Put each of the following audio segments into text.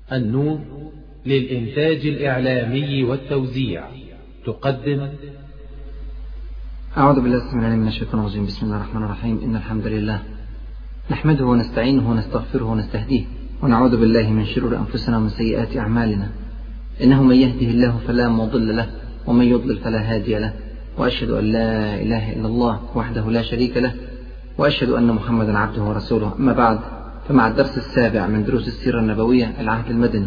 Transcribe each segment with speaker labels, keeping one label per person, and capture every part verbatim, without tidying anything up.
Speaker 1: النور للإنتاج الإعلامي والتوزيع تقدم.
Speaker 2: أعوذ بالله السميع العليم من الشيطان الرجيم. بسم الله الرحمن الرحيم. إن الحمد لله نحمده ونستعينه ونستغفره ونستهديه ونعوذ بالله من شرور أنفسنا ومن سيئات أعمالنا. إنه من يهده الله فلا مضل له ومن يضلل فلا هادي له، وأشهد أن لا إله إلا الله وحده لا شريك له، وأشهد أن محمدا عبده ورسوله. أما بعد، فمع الدرس السابع من دروس السيرة النبوية العهد المدني،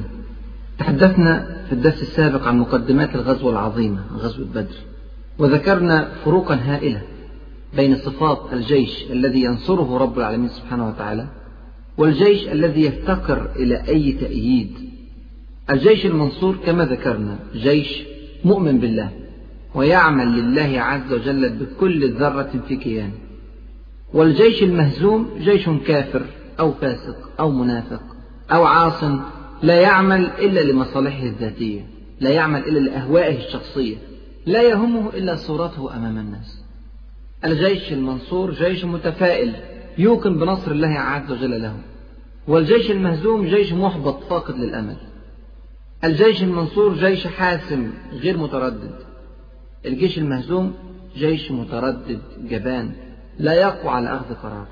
Speaker 2: تحدثنا في الدرس السابق عن مقدمات الغزوة العظيمة غزوة بدر، وذكرنا فروقا هائلة بين صفات الجيش الذي ينصره رب العالمين سبحانه وتعالى والجيش الذي يفتقر إلى أي تأييد. الجيش المنصور كما ذكرنا جيش مؤمن بالله ويعمل لله عز وجل بكل ذرة في كيانه، والجيش المهزوم جيش كافر أو فاسق أو منافق أو عاص لا يعمل إلا لمصالحه الذاتية، لا يعمل إلا لأهوائه الشخصية، لا يهمه إلا صورته أمام الناس. الجيش المنصور جيش متفائل يوقن بنصر الله عز وجل له، والجيش المهزوم جيش محبط فاقد للأمل. الجيش المنصور جيش حاسم غير متردد، الجيش المهزوم جيش متردد جبان لا يقوى على أخذ قرار.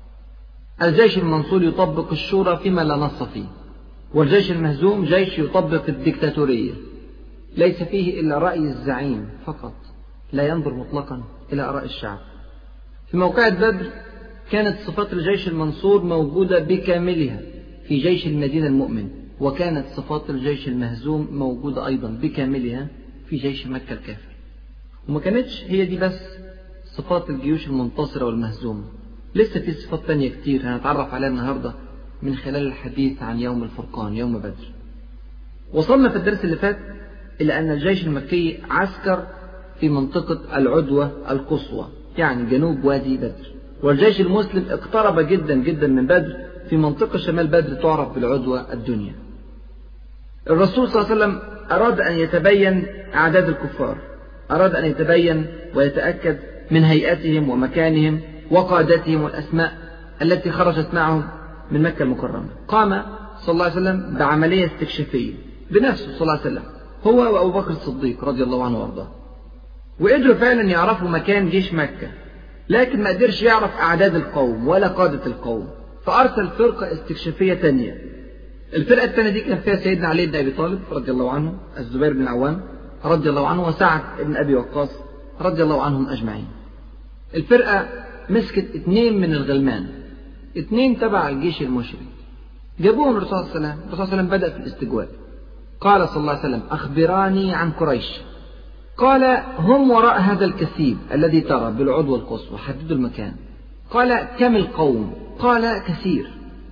Speaker 2: الجيش المنصور يطبق الشورى فيما لا نص فيه، والجيش المهزوم جيش يطبق الديكتاتورية، ليس فيه إلا رأي الزعيم فقط، لا ينظر مطلقا إلى آراء الشعب. في موقعة بدر كانت صفات الجيش المنصور موجودة بكاملها في جيش المدينة المؤمن، وكانت صفات الجيش المهزوم موجودة أيضا بكاملها في جيش مكة الكافر. وما كانتش هي دي بس صفات الجيوش المنتصرة والمهزومة، لسه في صفات تانية كتير هنتعرف عليها النهاردة من خلال الحديث عن يوم الفرقان يوم بدر. وصلنا في الدرس اللي فات إلى أن الجيش المكي عسكر في منطقة العدوة القصوى، يعني جنوب وادي بدر، والجيش المسلم اقترب جدا جدا من بدر في منطقة شمال بدر تعرف بالعدوة الدنيا. الرسول صلى الله عليه وسلم أراد أن يتبين أعداد الكفار، أراد أن يتبين ويتأكد من هيئتهم ومكانهم وقادتهم والأسماء التي خرجت معهم من مكة المكرمة. قام صلى الله عليه وسلم بعملية استكشافية بنفسه صلى الله عليه وسلم، هو وأبو بكر الصديق رضي الله عنه وارضاه، وقدروا فعلا يعرفوا مكان جيش مكة، لكن ما قدرش يعرف أعداد القوم ولا قادة القوم، فأرسل فرقة استكشافية تانية. الفرقة التانية دي كان فيها سيدنا علي بن أبي طالب رضي الله عنه، الزبير بن عوام رضي الله عنه، وسعد بن أبي وقاص رضي الله عنهم أجمعين. الفرقة مسكت اثنين من الغلمان، اثنين تبع الجيش المشرك، جابوهم الرسول صلى الله عليه وسلم. الرسول صلى الله عليه وسلم بدأ في الاستجواب، قال صلى الله عليه وسلم: أخبراني عن قريش. قال: هم وراء هذا الكثيب الذي ترى بالعدوى القصوى. حددوا المكان. قال: كم القوم؟ قال: كثير.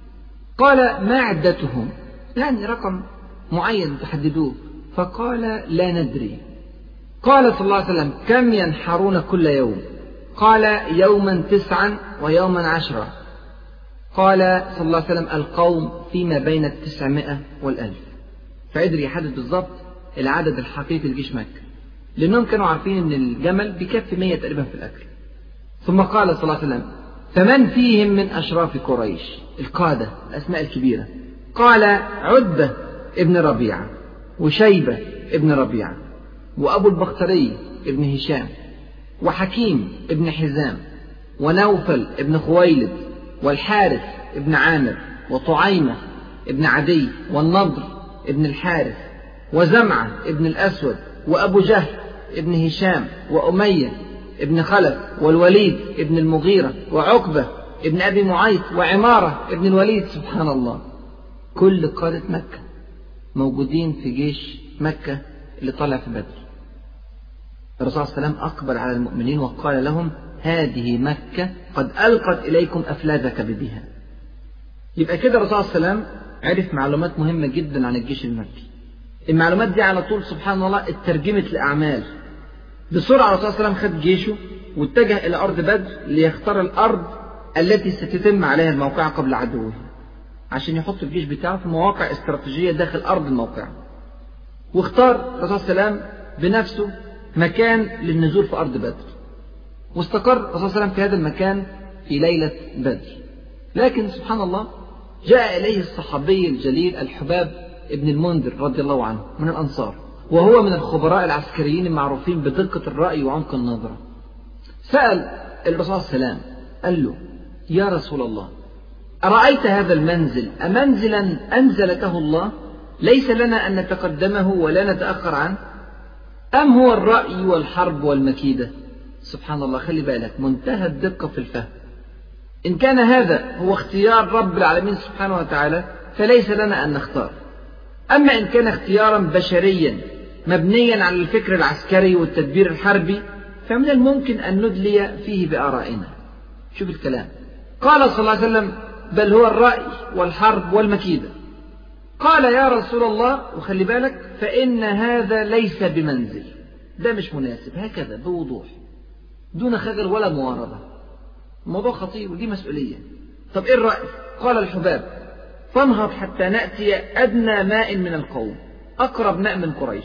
Speaker 2: قال: ما عدتهم؟ يعني رقم معين تحددوه. فقال: لا ندري. قال صلى الله عليه وسلم: كم ينحرون كل يوم؟ قال: يوما تسعا ويوما عشرا. قال صلى الله عليه وسلم: القوم فيما بين التسعمائة والألف. فقدر يحدد بالضبط العدد الحقيقي لجيش مكة، لأنهم كانوا عارفين أن الجمل بيكفي مية تقريبا في الأكل. ثم قال صلى الله عليه وسلم: فمن فيهم من أشراف قريش؟ القادة الأسماء الكبيرة. قال: عتبة ابن ربيعة، وشيبة ابن ربيعة، وأبو البختري ابن هشام، وحكيم ابن حزام، ونوفل ابن خويلد، والحارث ابن عامر، وطعيمة ابن عدي، والنضر ابن الحارث، وزمعة ابن الأسود، وأبو جهل ابن هشام، وأمية ابن خلف، والوليد ابن المغيرة، وعقبة ابن أبي معيط، وعمارة ابن الوليد. سبحان الله، كل قادة مكة موجودين في جيش مكة اللي طلع في بدر. الرسول صلى الله عليه وسلم أقبل على المؤمنين وقال لهم: هذه مكة قد ألقت إليكم أفلاذ كبدها. يبقى كده الرسول صلى الله عليه وسلم عرف معلومات مهمة جدا عن الجيش المكي. المعلومات دي على طول سبحان الله اترجمت لأعمال. بسرعة الرسول صلى الله عليه وسلم خد جيشه واتجه إلى أرض بدر ليختار الأرض التي ستتم عليها الموقعة قبل عدوه، عشان يحط الجيش بتاعه في مواقع استراتيجية داخل أرض الموقعة. واختار الرسول صلى الله عليه وسلم بنفسه مكان للنزول في أرض بدر، واستقر الرسول صلى الله عليه وسلم في هذا المكان في ليلة بدر. لكن سبحان الله جاء إليه الصحابي الجليل الحباب ابن المنذر رضي الله عنه من الأنصار، وهو من الخبراء العسكريين المعروفين بدقة الرأي وعمق النظرة. سأل الرسول صلى الله عليه وسلم قال له: يا رسول الله، أرأيت هذا المنزل أمنزلا أنزلته الله ليس لنا أن نتقدمه ولا نتأخر عنه، أم هو الرأي والحرب والمكيدة؟ سبحان الله، خلي بالك، منتهى الدقة في الفهم. إن كان هذا هو اختيار رب العالمين سبحانه وتعالى فليس لنا أن نختار، أما إن كان اختيارا بشريا مبنيا على الفكر العسكري والتدبير الحربي فمن الممكن أن ندلي فيه بآرائنا. شوف الكلام، قال صلى الله عليه وسلم: بل هو الرأي والحرب والمكيدة. قال: يا رسول الله، وخلي بالك، فإن هذا ليس بمنزل، ده مش مناسب، هكذا بوضوح دون خجل ولا معارضة. الموضوع خطير ودي مسؤولية. طب إيه الرأي؟ قال الحباب: فانهض حتى نأتي أدنى ماء من القوم، أقرب ماء من قريش،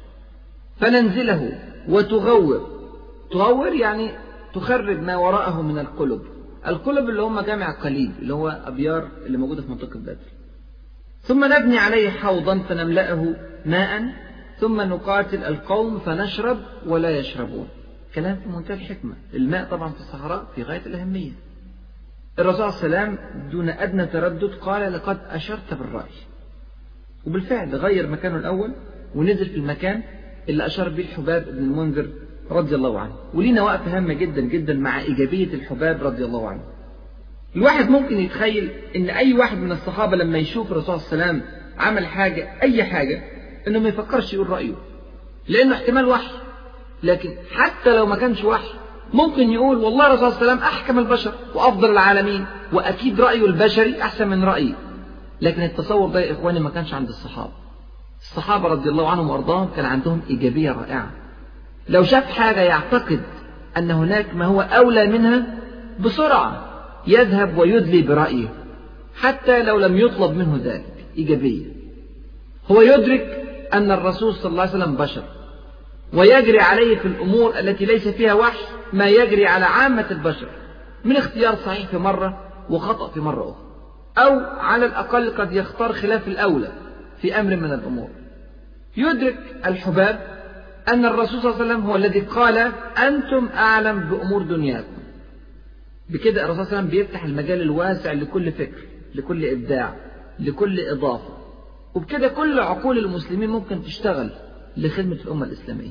Speaker 2: فننزله وتغور. تغور يعني تخرب ما وراءه من القلب. القلب اللي هم جامع قليب، اللي هو أبيار اللي موجودة في منطقة بدر. ثم نبني عليه حوضا فنملأه ماء، ثم نقاتل القوم فنشرب ولا يشربون. كلام في منتهى الحكمة. الماء طبعا في الصحراء في غاية الأهمية. الرسول صلى الله عليه وسلم دون أدنى تردد قال: لقد أشرت بالرأي. وبالفعل غير مكانه الأول ونزل في المكان اللي أشار به الحباب بن المنذر رضي الله عنه. ولينا وقفة هامة جدا جدا مع إيجابية الحباب رضي الله عنه. الواحد ممكن يتخيل إن أي واحد من الصحابة لما يشوف الرسول صلى الله عليه وسلم عمل حاجة أي حاجة إنه ما يفكرش يقول رأيه، لأنه احتمال وحي. لكن حتى لو ما كانش وحي ممكن يقول: والله الرسول صلى الله عليه وسلم أحكم البشر وأفضل العالمين، وأكيد رأيه البشري أحسن من رأيي. لكن التصور ده يا إخواني ما كانش عند الصحابة. الصحابة رضي الله عنهم وأرضاهم كان عندهم إيجابية رائعة. لو شاف حاجة يعتقد أن هناك ما هو أولى منها بسرعة يذهب ويدلي برأيه حتى لو لم يطلب منه ذلك. إيجابية. هو يدرك أن الرسول صلى الله عليه وسلم بشر، ويجري عليه في الأمور التي ليس فيها وحي ما يجري على عامة البشر من اختيار صحيح في مرة وخطأ في مرة أخرى، أو على الأقل قد يختار خلاف الأولى في أمر من الأمور. يدرك الحباب أن الرسول صلى الله عليه وسلم هو الذي قال: أنتم أعلم بأمور دنياكم. بكده الرسول صلى الله عليه وسلم بيفتح المجال الواسع لكل فكر، لكل إبداع، لكل إضافة، وبكده كل عقول المسلمين ممكن تشتغل لخدمة الأمة الإسلامية.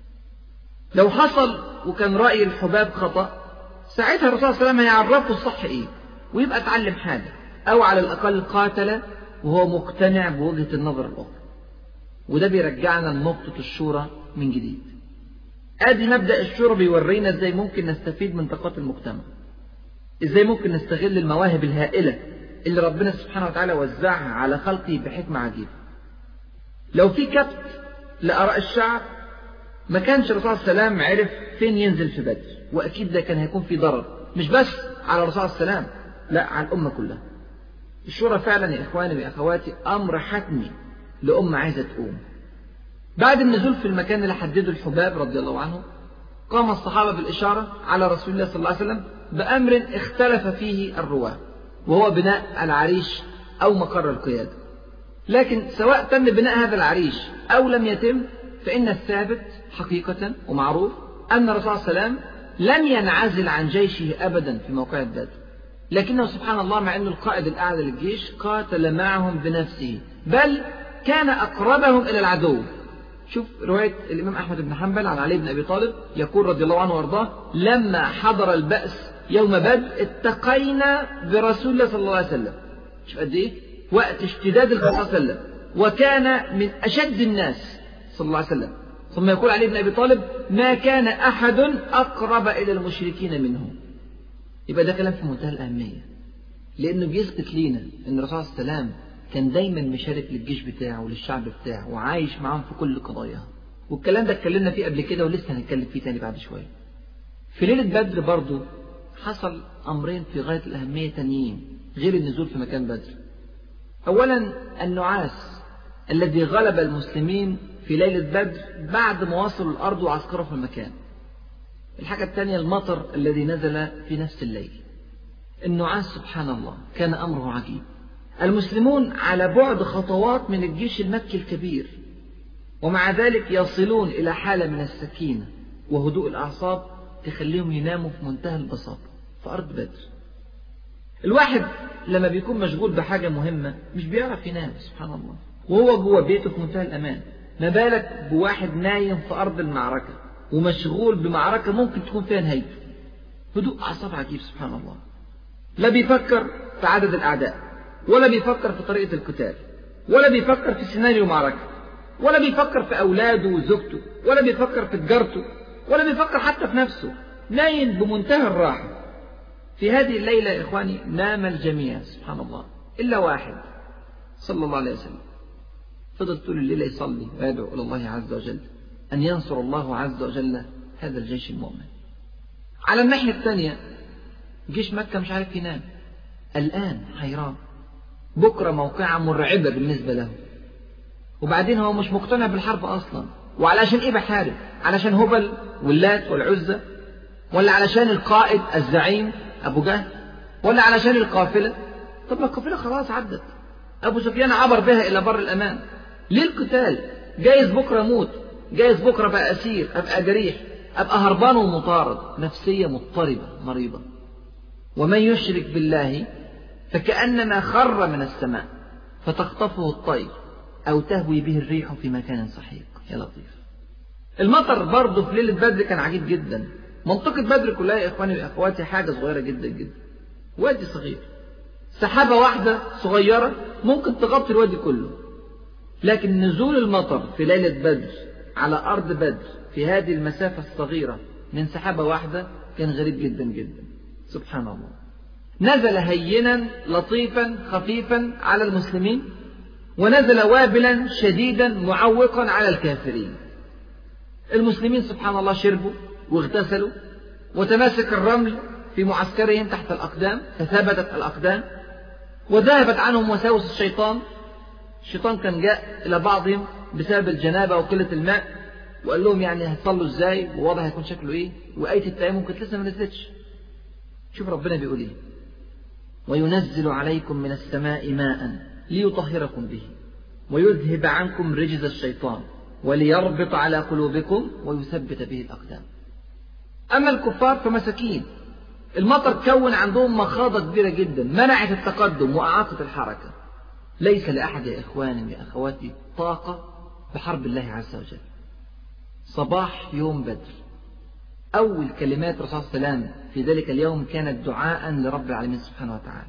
Speaker 2: لو حصل وكان رأي الحباب خطأ، ساعتها الرسول صلى الله عليه وسلم هيعرفه الصح إيه ويبقى اتعلم حاجة، أو على الأقل قاتل وهو مقتنع بوجهة النظر الأخرى. وده بيرجعنا لنقطة الشورى من جديد. آدي مبدأ الشورى بيورينا إزاي ممكن نستفيد من طاقات المجتمع، إزاي ممكن نستغل المواهب الهائلة اللي ربنا سبحانه وتعالى وزعها على خلقه بحكمة عجيبة. لو في كبت لآراء الشعب ما كانش الرسول صلى الله عليه وسلم عرف فين ينزل في بدر، وأكيد ده كان هيكون في ضرر مش بس على الرسول صلى الله عليه وسلم، لا، على الأمة كلها. الشورى فعلا يا إخواني وأخواتي أمر حتمي لأمة عايزة تقوم. بعد النزول في المكان اللي حدده الحباب رضي الله عنه، قام الصحابة بالإشارة على رسول الله صلى الله عليه وسلم بأمر اختلف فيه الرواة، وهو بناء العريش أو مقر القيادة. لكن سواء تم بناء هذا العريش أو لم يتم، فإن الثابت حقيقة ومعروف أن الرسول صلى الله عليه وسلم لم ينعزل عن جيشه أبدا في موقع بدر، لكنه سبحان الله مع أنه القائد الأعلى للجيش قاتل معهم بنفسه، بل كان أقربهم إلى العدو. شوف رواية الإمام أحمد بن حنبل عن علي بن أبي طالب يقول رضي الله عنه وارضاه: لما حضر البأس يوم بدر اتقينا برسول الله صلى الله عليه وسلم. شوف قد إيه وقت اشتداد الخطر صلى الله عليه وسلم، وكان من أشد الناس صلى الله عليه وسلم. ثم يقول علي بن أبي طالب: ما كان أحد أقرب إلى المشركين منه. يبقى ده كلام في منتهى الأهمية، لأنه بيثبت لينا أن الرسول صلى الله عليه وسلم كان دايما مشارك للجيش بتاعه وللشعب بتاعه وعايش معاهم في كل قضاياها. والكلام ده اتكلمنا فيه قبل كده ولسه هنتكلم فيه تاني بعد شوية. في ليلة بدر برضو حصل أمرين في غاية الأهمية تانيين غير النزول في مكان بدر. أولا النعاس الذي غلب المسلمين في ليلة بدر بعد ما وصلوا الأرض وعسكروا في المكان. الحاجة الثانية المطر الذي نزل في نفس الليل. النعاس سبحان الله كان أمره عجيب، المسلمون على بعد خطوات من الجيش المكي الكبير، ومع ذلك يصلون إلى حالة من السكينة وهدوء الأعصاب تخليهم يناموا في منتهى البساطة في أرض بدر. الواحد لما بيكون مشغول بحاجة مهمة مش بيعرف ينام سبحان الله، وهو جوه بيته في منتهى الأمان، ما بالك بواحد نايم في أرض المعركة ومشغول بمعركة ممكن تكون فيها نهايته. هدوء أعصاب عجيب سبحان الله، لا بيفكر في عدد الأعداء، ولا بيفكر في طريقة القتال، ولا بيفكر في سيناريو معركة، ولا بيفكر في أولاده وزوجته، ولا بيفكر في تجارته، ولا بيفكر حتى في نفسه، نايم بمنتهى الراحة. في هذه الليلة يا إخواني نام الجميع سبحان الله إلا واحد صلى الله عليه وسلم، فضل طول الليلة يصلي ويدعو إلى الله عز وجل أن ينصر الله عز وجل هذا الجيش المؤمن. على الناحية الثانية جيش مكة مش عارف ينام، الآن حيران، بكرة موقعة مرعبة بالنسبة له، وبعدين هو مش مقتنع بالحرب أصلا. وعلشان إيه بحارب؟ علشان هبل واللات والعزة، ولا علشان القائد الزعيم أبو جهل، ولا علشان القافلة؟ طب ما القافلة خلاص عدت، أبو سفيان عبر بها إلى بر الأمان، ليه القتال؟ جايز بكرة موت، جايز بكرة بقى أسير، أبقى جريح، أبقى هربان ومطارد، نفسية مضطربة مريضة. ومن يشرك بالله فكأنما خر من السماء فتخطفه الطير أو تهوي به الريح في مكان سحيق. يا لطيف. المطر برضه في ليلة بدر كان عجيب جدا. منطقة بدر كلها يا إخواني وأخواتي حاجة صغيرة جدا جدا، وادي صغير، سحابة واحدة صغيرة ممكن تغطي الوادي كله، لكن نزول المطر في ليلة بدر على أرض بدر في هذه المسافة الصغيرة من سحابة واحدة كان غريب جدا جدا سبحان الله. نزل هينا لطيفا خفيفا على المسلمين، ونزل وابلا شديدا معوقا على الكافرين. المسلمين سبحان الله شربوا واغتسلوا، وتماسك الرمل في معسكرهم تحت الأقدام فثبتت الأقدام، وذهبت عنهم وساوس الشيطان. الشيطان كان جاء إلى بعضهم بسبب الجنابة وقلة الماء، وقال لهم يعني هتصلوا ازاي ووضع هيكون شكله ايه، وآية التيمم كانت لسه ما نزلتش. شوف ربنا بيقول ايه: وينزل عليكم من السماء ماء ليطهركم به ويذهب عنكم رجز الشيطان وليربط على قلوبكم ويثبت به الأقدام. أما الكفار فمساكين، المطر كون عندهم مخاضة كبيرة جدا منعت التقدم وأعاقت الحركة. ليس لأحد يا إخواني يا أخواتي طاقة بحرب الله عز وجل. صباح يوم بدر أول كلمات الرسول صلى الله عليه وسلم في ذلك اليوم كانت دعاء لرب العالمين سبحانه وتعالى.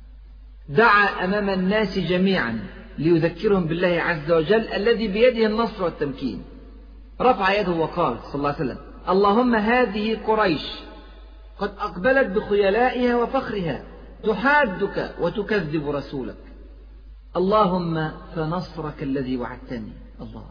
Speaker 2: دعا أمام الناس جميعا ليذكرهم بالله عز وجل الذي بيده النصر والتمكين. رفع يده وقال صلى الله عليه وسلم: اللهم هذه قريش قد أقبلت بخيلائها وفخرها تحادك وتكذب رسولك، اللهم فنصرك الذي وعدتني، الله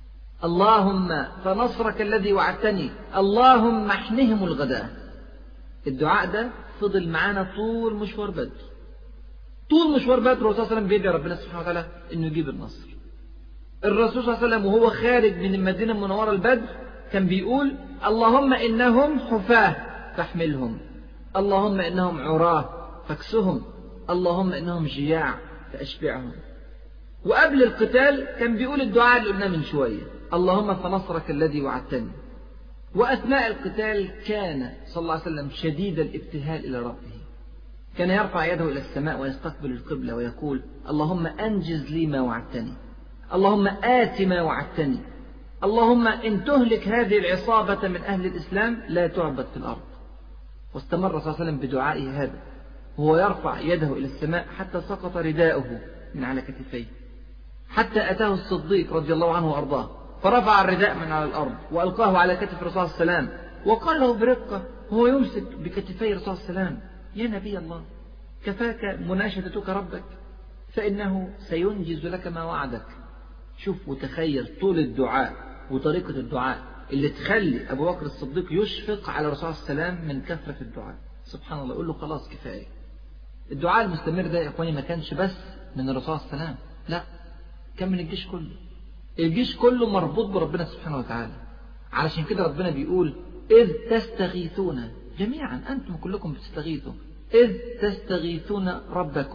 Speaker 2: اللهم فنصرك الذي وعدتني، اللهم احنهم الغداء. الدعاء ده فضل معانا طول مشوار بدر. طول مشوار بدر الرسول صلى الله عليه وسلم بيدعي ربنا سبحانه وتعالى انه يجيب النصر. الرسول صلى الله عليه وسلم وهو خارج من المدينة المنورة البدر كان بيقول: اللهم إنهم حفاة فاحملهم، اللهم إنهم عراه فاكسهم، اللهم إنهم جياع فأشبعهم. وقبل القتال كان بيقول الدعاء اللي قلناه من شوية: اللهم فنصرك الذي وعدتني. وأثناء القتال كان صلى الله عليه وسلم شديد الابتهال إلى ربه، كان يرفع يده إلى السماء ويستقبل القبلة ويقول: اللهم أنجز لي ما وعدتني، اللهم آت ما وعدتني، اللهم إن تهلك هذه العصابة من أهل الإسلام لا تعبد في الأرض. واستمر صلى الله عليه وسلم بدعائه هذا وهو يرفع يده إلى السماء حتى سقط رداؤه من على كتفيه، حتى أتاه الصديق رضي الله عنه وأرضاه فرفع الرداء من على الأرض وألقاه على كتف الرسول صلى الله عليه وسلم وقال له برقة وهو يمسك بكتفي الرسول صلى الله عليه وسلم: يا نبي الله كفاك مناشدتك ربك فإنه سينجز لك ما وعدك. شوف وتخيل طول الدعاء وطريقة الدعاء اللي تخلي أبو بكر الصديق يشفق على الرسول صلى الله عليه وسلم من كثرة الدعاء. سبحان الله، يقول له خلاص كفاية. الدعاء المستمر ده يا إخواني ما كانش بس من الرسول صلى الله عليه وسلم، لا، كان من الجيش كله. الجيش كله مربوط بربنا سبحانه وتعالى. علشان كده ربنا بيقول: إذ تستغيثون، جميعا أنتم كلكم بتستغيثوا، إذ تستغيثون ربكم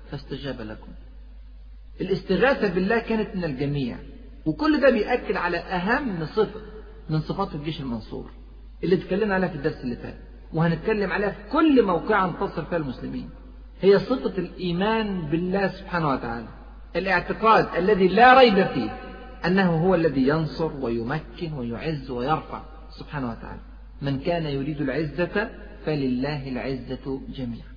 Speaker 2: فاستجاب لكم. الاستغاثة بالله كانت من الجميع، وكل ده بيأكد على أهم صفة من صفات الجيش المنصور اللي اتكلمنا عليها في الدرس اللي فات، وهنتكلم عليها في كل موقع انتصر فيها المسلمين. هي صفة الإيمان بالله سبحانه وتعالى، الاعتقاد الذي لا ريب فيه أنه هو الذي ينصر ويمكن ويعز ويرفع سبحانه وتعالى. من كان يريد العزة فلله العزة جميعا.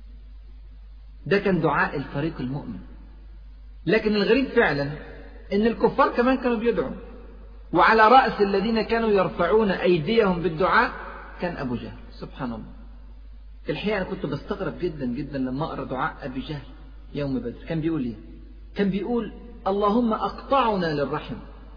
Speaker 2: ده كان دعاء الفريق المؤمن. لكن الغريب فعلا أن الكفار كمان كانوا بيدعوا، وعلى رأس الذين كانوا يرفعون أيديهم بالدعاء كان أبو جهل. سبحان الله. الحقيقة أنا كنت بستغرب جدا جدا لما أقرأ دعاء أبي جهل يوم بدر. كان بيقول إيه؟ كان بيقول اللهم أقطعنا للرحم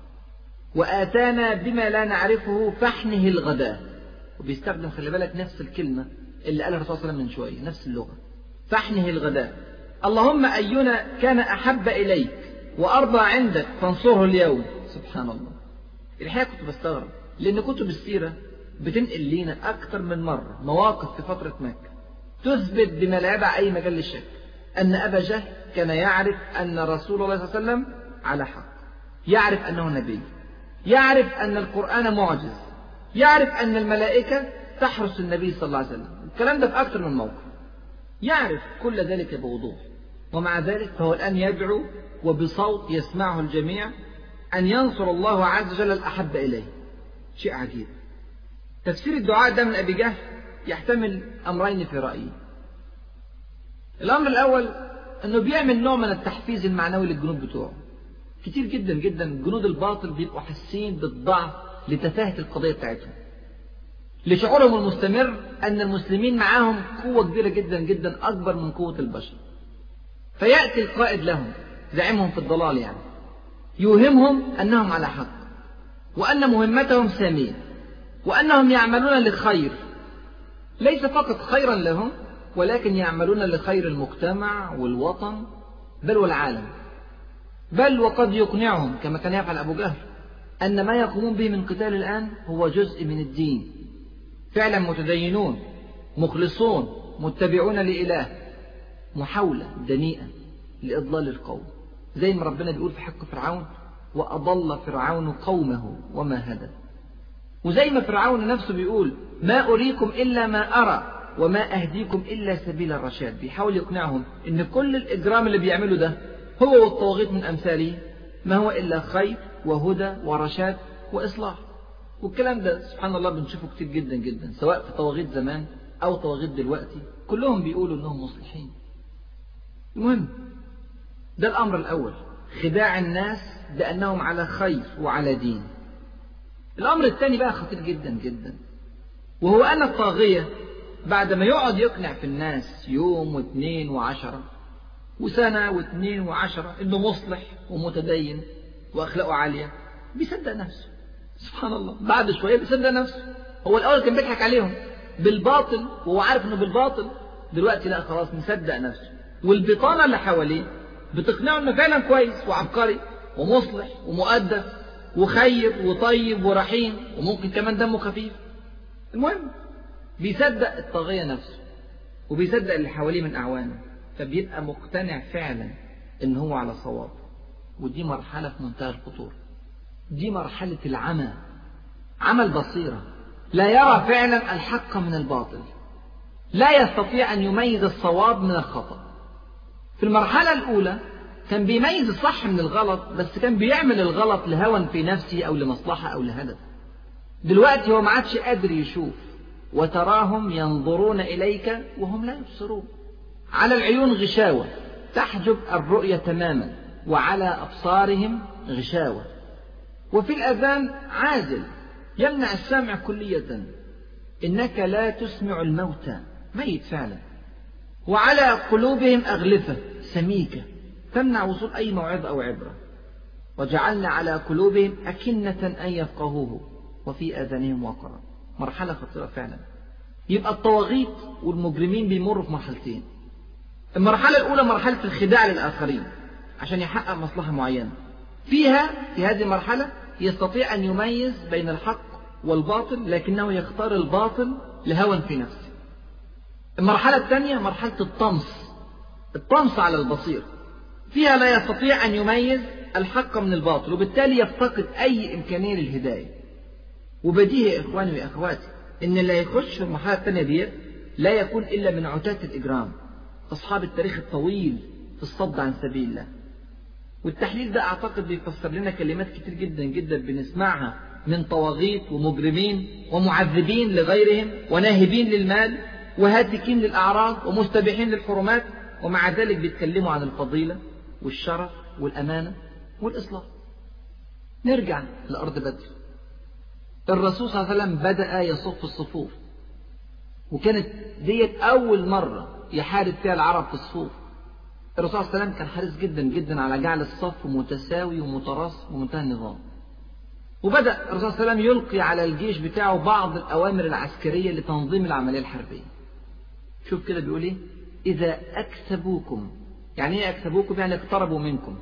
Speaker 2: وآتانا بما لا نعرفه فاحنه الغداء. وبيستخدم خلي بالك نفس الكلمة اللي قالها الرسول صلى الله عليه وسلم من شوية، نفس اللغة، فاحنه الغداء. اللهم أينا كان أحب إليك وأرضى عندك فانصره اليوم. سبحان الله. الحقيقة كنت بستغرب لأن كتب السيرة بتنقل لينا أكثر من مرة مواقف في فترة مكة تثبت بما لا يدع أي مجال للشك أن أبا جهل كان يعرف أن رسول الله صلى الله عليه وسلم على حق، يعرف أنه نبي، يعرف أن القرآن معجز، يعرف أن الملائكة تحرس النبي صلى الله عليه وسلم. الكلام ده في أكثر من موقف، يعرف كل ذلك بوضوح، ومع ذلك فهو الآن يدعو وبصوت يسمعه الجميع أن ينصر الله عز وجل الأحب إليه. شيء عجيب. تفسير الدعاء ده من أبي جهل يحتمل أمرين في رأيي. الأمر الأول أنه بيعمل نوع من التحفيز المعنوي للجنود بتوعه. كتير جدا جدا جنود الباطل بيبقوا حاسين بالضعف لتفاهة القضية بتاعتهم، لشعورهم المستمر أن المسلمين معاهم قوة كبيرة جدا جدا أكبر من قوة البشر. فيأتي القائد لهم زعيمهم في الضلال يعني يوهمهم أنهم على حق، وأن مهمتهم سامية، وأنهم يعملون لخير، ليس فقط خيرا لهم ولكن يعملون لخير المجتمع والوطن بل والعالم. بل وقد يقنعهم كما كان يفعل أبو جهل أن ما يقومون به من قتال الآن هو جزء من الدين، فعلا متدينون مخلصون متبعون لإله، محاولة دنيئة لإضلال القوم، زي ما ربنا بيقول في حق فرعون وأضل فرعون قومه وما هدى. وزي ما فرعون نفسه بيقول ما أريكم إلا ما أرى وما أهديكم إلا سبيل الرشاد. بيحاول يقنعهم إن كل الإجرام اللي بيعمله ده هو والطواغيت من أمثاله ما هو إلا خير وهدى ورشاد وإصلاح. والكلام ده سبحان الله بنشوفه كتير جدا جدا سواء في طواغيت زمان أو طواغيت دلوقتي، كلهم بيقولوا إنهم مصلحين. المهم ده الأمر الأول، خداع الناس بأنهم على خير وعلى دين. الأمر الثاني بقى خطير جدا جدا، وهو أن الطاغية بعد ما يقعد يقنع في الناس يوم واثنين وعشرة وسنة واثنين وعشرة إنه مصلح ومتدين وأخلاقه عالية، بيصدق نفسه. سبحان الله. بعد شوية بيصدق نفسه. هو الأول كان بيضحك عليهم بالباطل وهو عارف إنه بالباطل، دلوقتي لا خلاص مصدق نفسه، والبطانة اللي حواليه بتقنعه إنه فعلا كويس وعبقري ومصلح ومؤدب وخير وطيب ورحيم وممكن كمان دمه خفيف. المهم بيصدق الطاغية نفسه وبيصدق اللي حواليه من أعوانه، فبيبقى مقتنع فعلا إن هو على صواب. ودي مرحلة في منتهى الخطورة، دي مرحلة العمى، عمى البصيرة، لا يرى فعلا الحق من الباطل، لا يستطيع أن يميز الصواب من الخطأ. في المرحلة الأولى كان بيميز الصح من الغلط، بس كان بيعمل الغلط لهوى في نفسه أو لمصلحة أو لهدف. دلوقتي هو ما عادش قادر يشوف، وتراهم ينظرون إليك وهم لا يبصرون. على العيون غشاوة تحجب الرؤية تماما، وعلى أبصارهم غشاوة، وفي الأذان عازل يمنع السمع كلية. إنك لا تسمع الموتى، ميت فعلا. وعلى قلوبهم أغلفة سميكة تمنع وصول أي موعظة أو عبرة. وجعلنا على قلوبهم أكنة أن يفقهوه وفي آذانهم وقرا. مرحلة خطيرة فعلا. يبقى الطواغيت والمجرمين بيمروا في مرحلتين. المرحلة الأولى مرحلة الخداع للآخرين عشان يحقق مصلحة معينة، فيها في هذه المرحلة يستطيع أن يميز بين الحق والباطل، لكنه يختار الباطل لهوى في نفسه. المرحلة الثانية مرحلة الطمس، الطمس على البصير، فيها لا يستطيع أن يميز الحق من الباطل، وبالتالي يفتقد أي إمكانية للهداية. وبديهي يا إخواني وأخواتي إن اللي هيخش في المرحلة الثانية دي لا يكون إلا من عتاة الإجرام، أصحاب التاريخ الطويل في الصد عن سبيل الله. والتحليل ده أعتقد بيفسر لنا كلمات كتير جدا جدا بنسمعها من طواغيت ومجرمين ومعذبين لغيرهم وناهبين للمال وهاتكين للأعراض ومستبيحين للحرمات، ومع ذلك بيتكلموا عن الفضيلة والشرف والأمانة والإصلاح. نرجع لأرض بدر. الرسول صلى الله عليه وسلم بدأ يصف الصفوف، وكانت ديت أول مرة يحارب فيها العرب في الصفوف. الرسول صلى الله عليه وسلم كان حريص جدا جدا على جعل الصف متساوي ومتراص ومنتهى النظام. وبدأ الرسول صلى الله عليه وسلم يلقي على الجيش بتاعه بعض الأوامر العسكرية لتنظيم العملية الحربية. شوف كده بيقول إيه؟ إذا أكسبوكم، يعني إيه أكسبوكم؟ يعني اقتربوا منكم.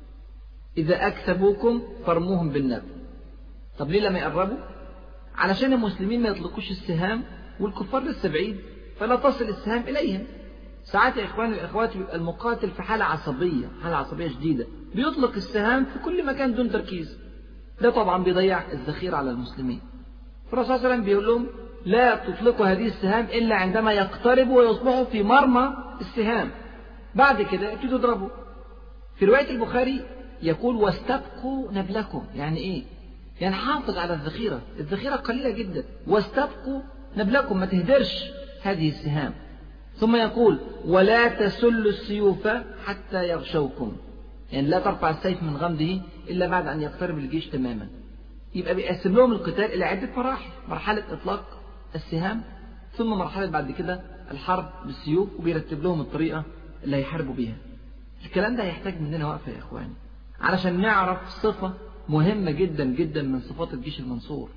Speaker 2: إذا أكسبوكم فارموهم بالنبل. طب ليه لما يقربوا؟ علشان المسلمين ما يطلقوش السهام والكفار لسه بعيد فلا تصل السهام إليهم. ساعات يا إخواني وإخواتي بيبقى المقاتل في حالة عصبية، حالة عصبية شديدة، بيطلق السهام في كل مكان دون تركيز. ده طبعا بيضيع الذخيرة على المسلمين. فالرسول صلى الله عليه وسلم بيقول لهم لا تطلقوا هذه السهام إلا عندما يقتربوا ويصبحوا في مرمى السهام، بعد كده ابتدوا اضربوا. في رواية البخاري يقول واستبقوا نبلكم. يعني إيه؟ يعني حافظ على الذخيرة، الذخيرة قليلة جدا، واستبقوا نبلكم، ما تهدرش هذه السهام. ثم يقول ولا تسلوا السيوف حتى يغشوكم، يعني لا ترفع السيف من غمده إلا بعد أن يقترب الجيش تماما. يبقى بيقسم لهم القتال إلى عدة مراحل: مرحلة إطلاق السهام، ثم مرحلة بعد كده الحرب بالسيوف، وبيرتب لهم الطريقة اللي هيحاربوا بيها. الكلام ده هيحتاج مننا وقفة يا إخواني علشان نعرف صفة مهمة جدا جدا من صفات الجيش المنصور.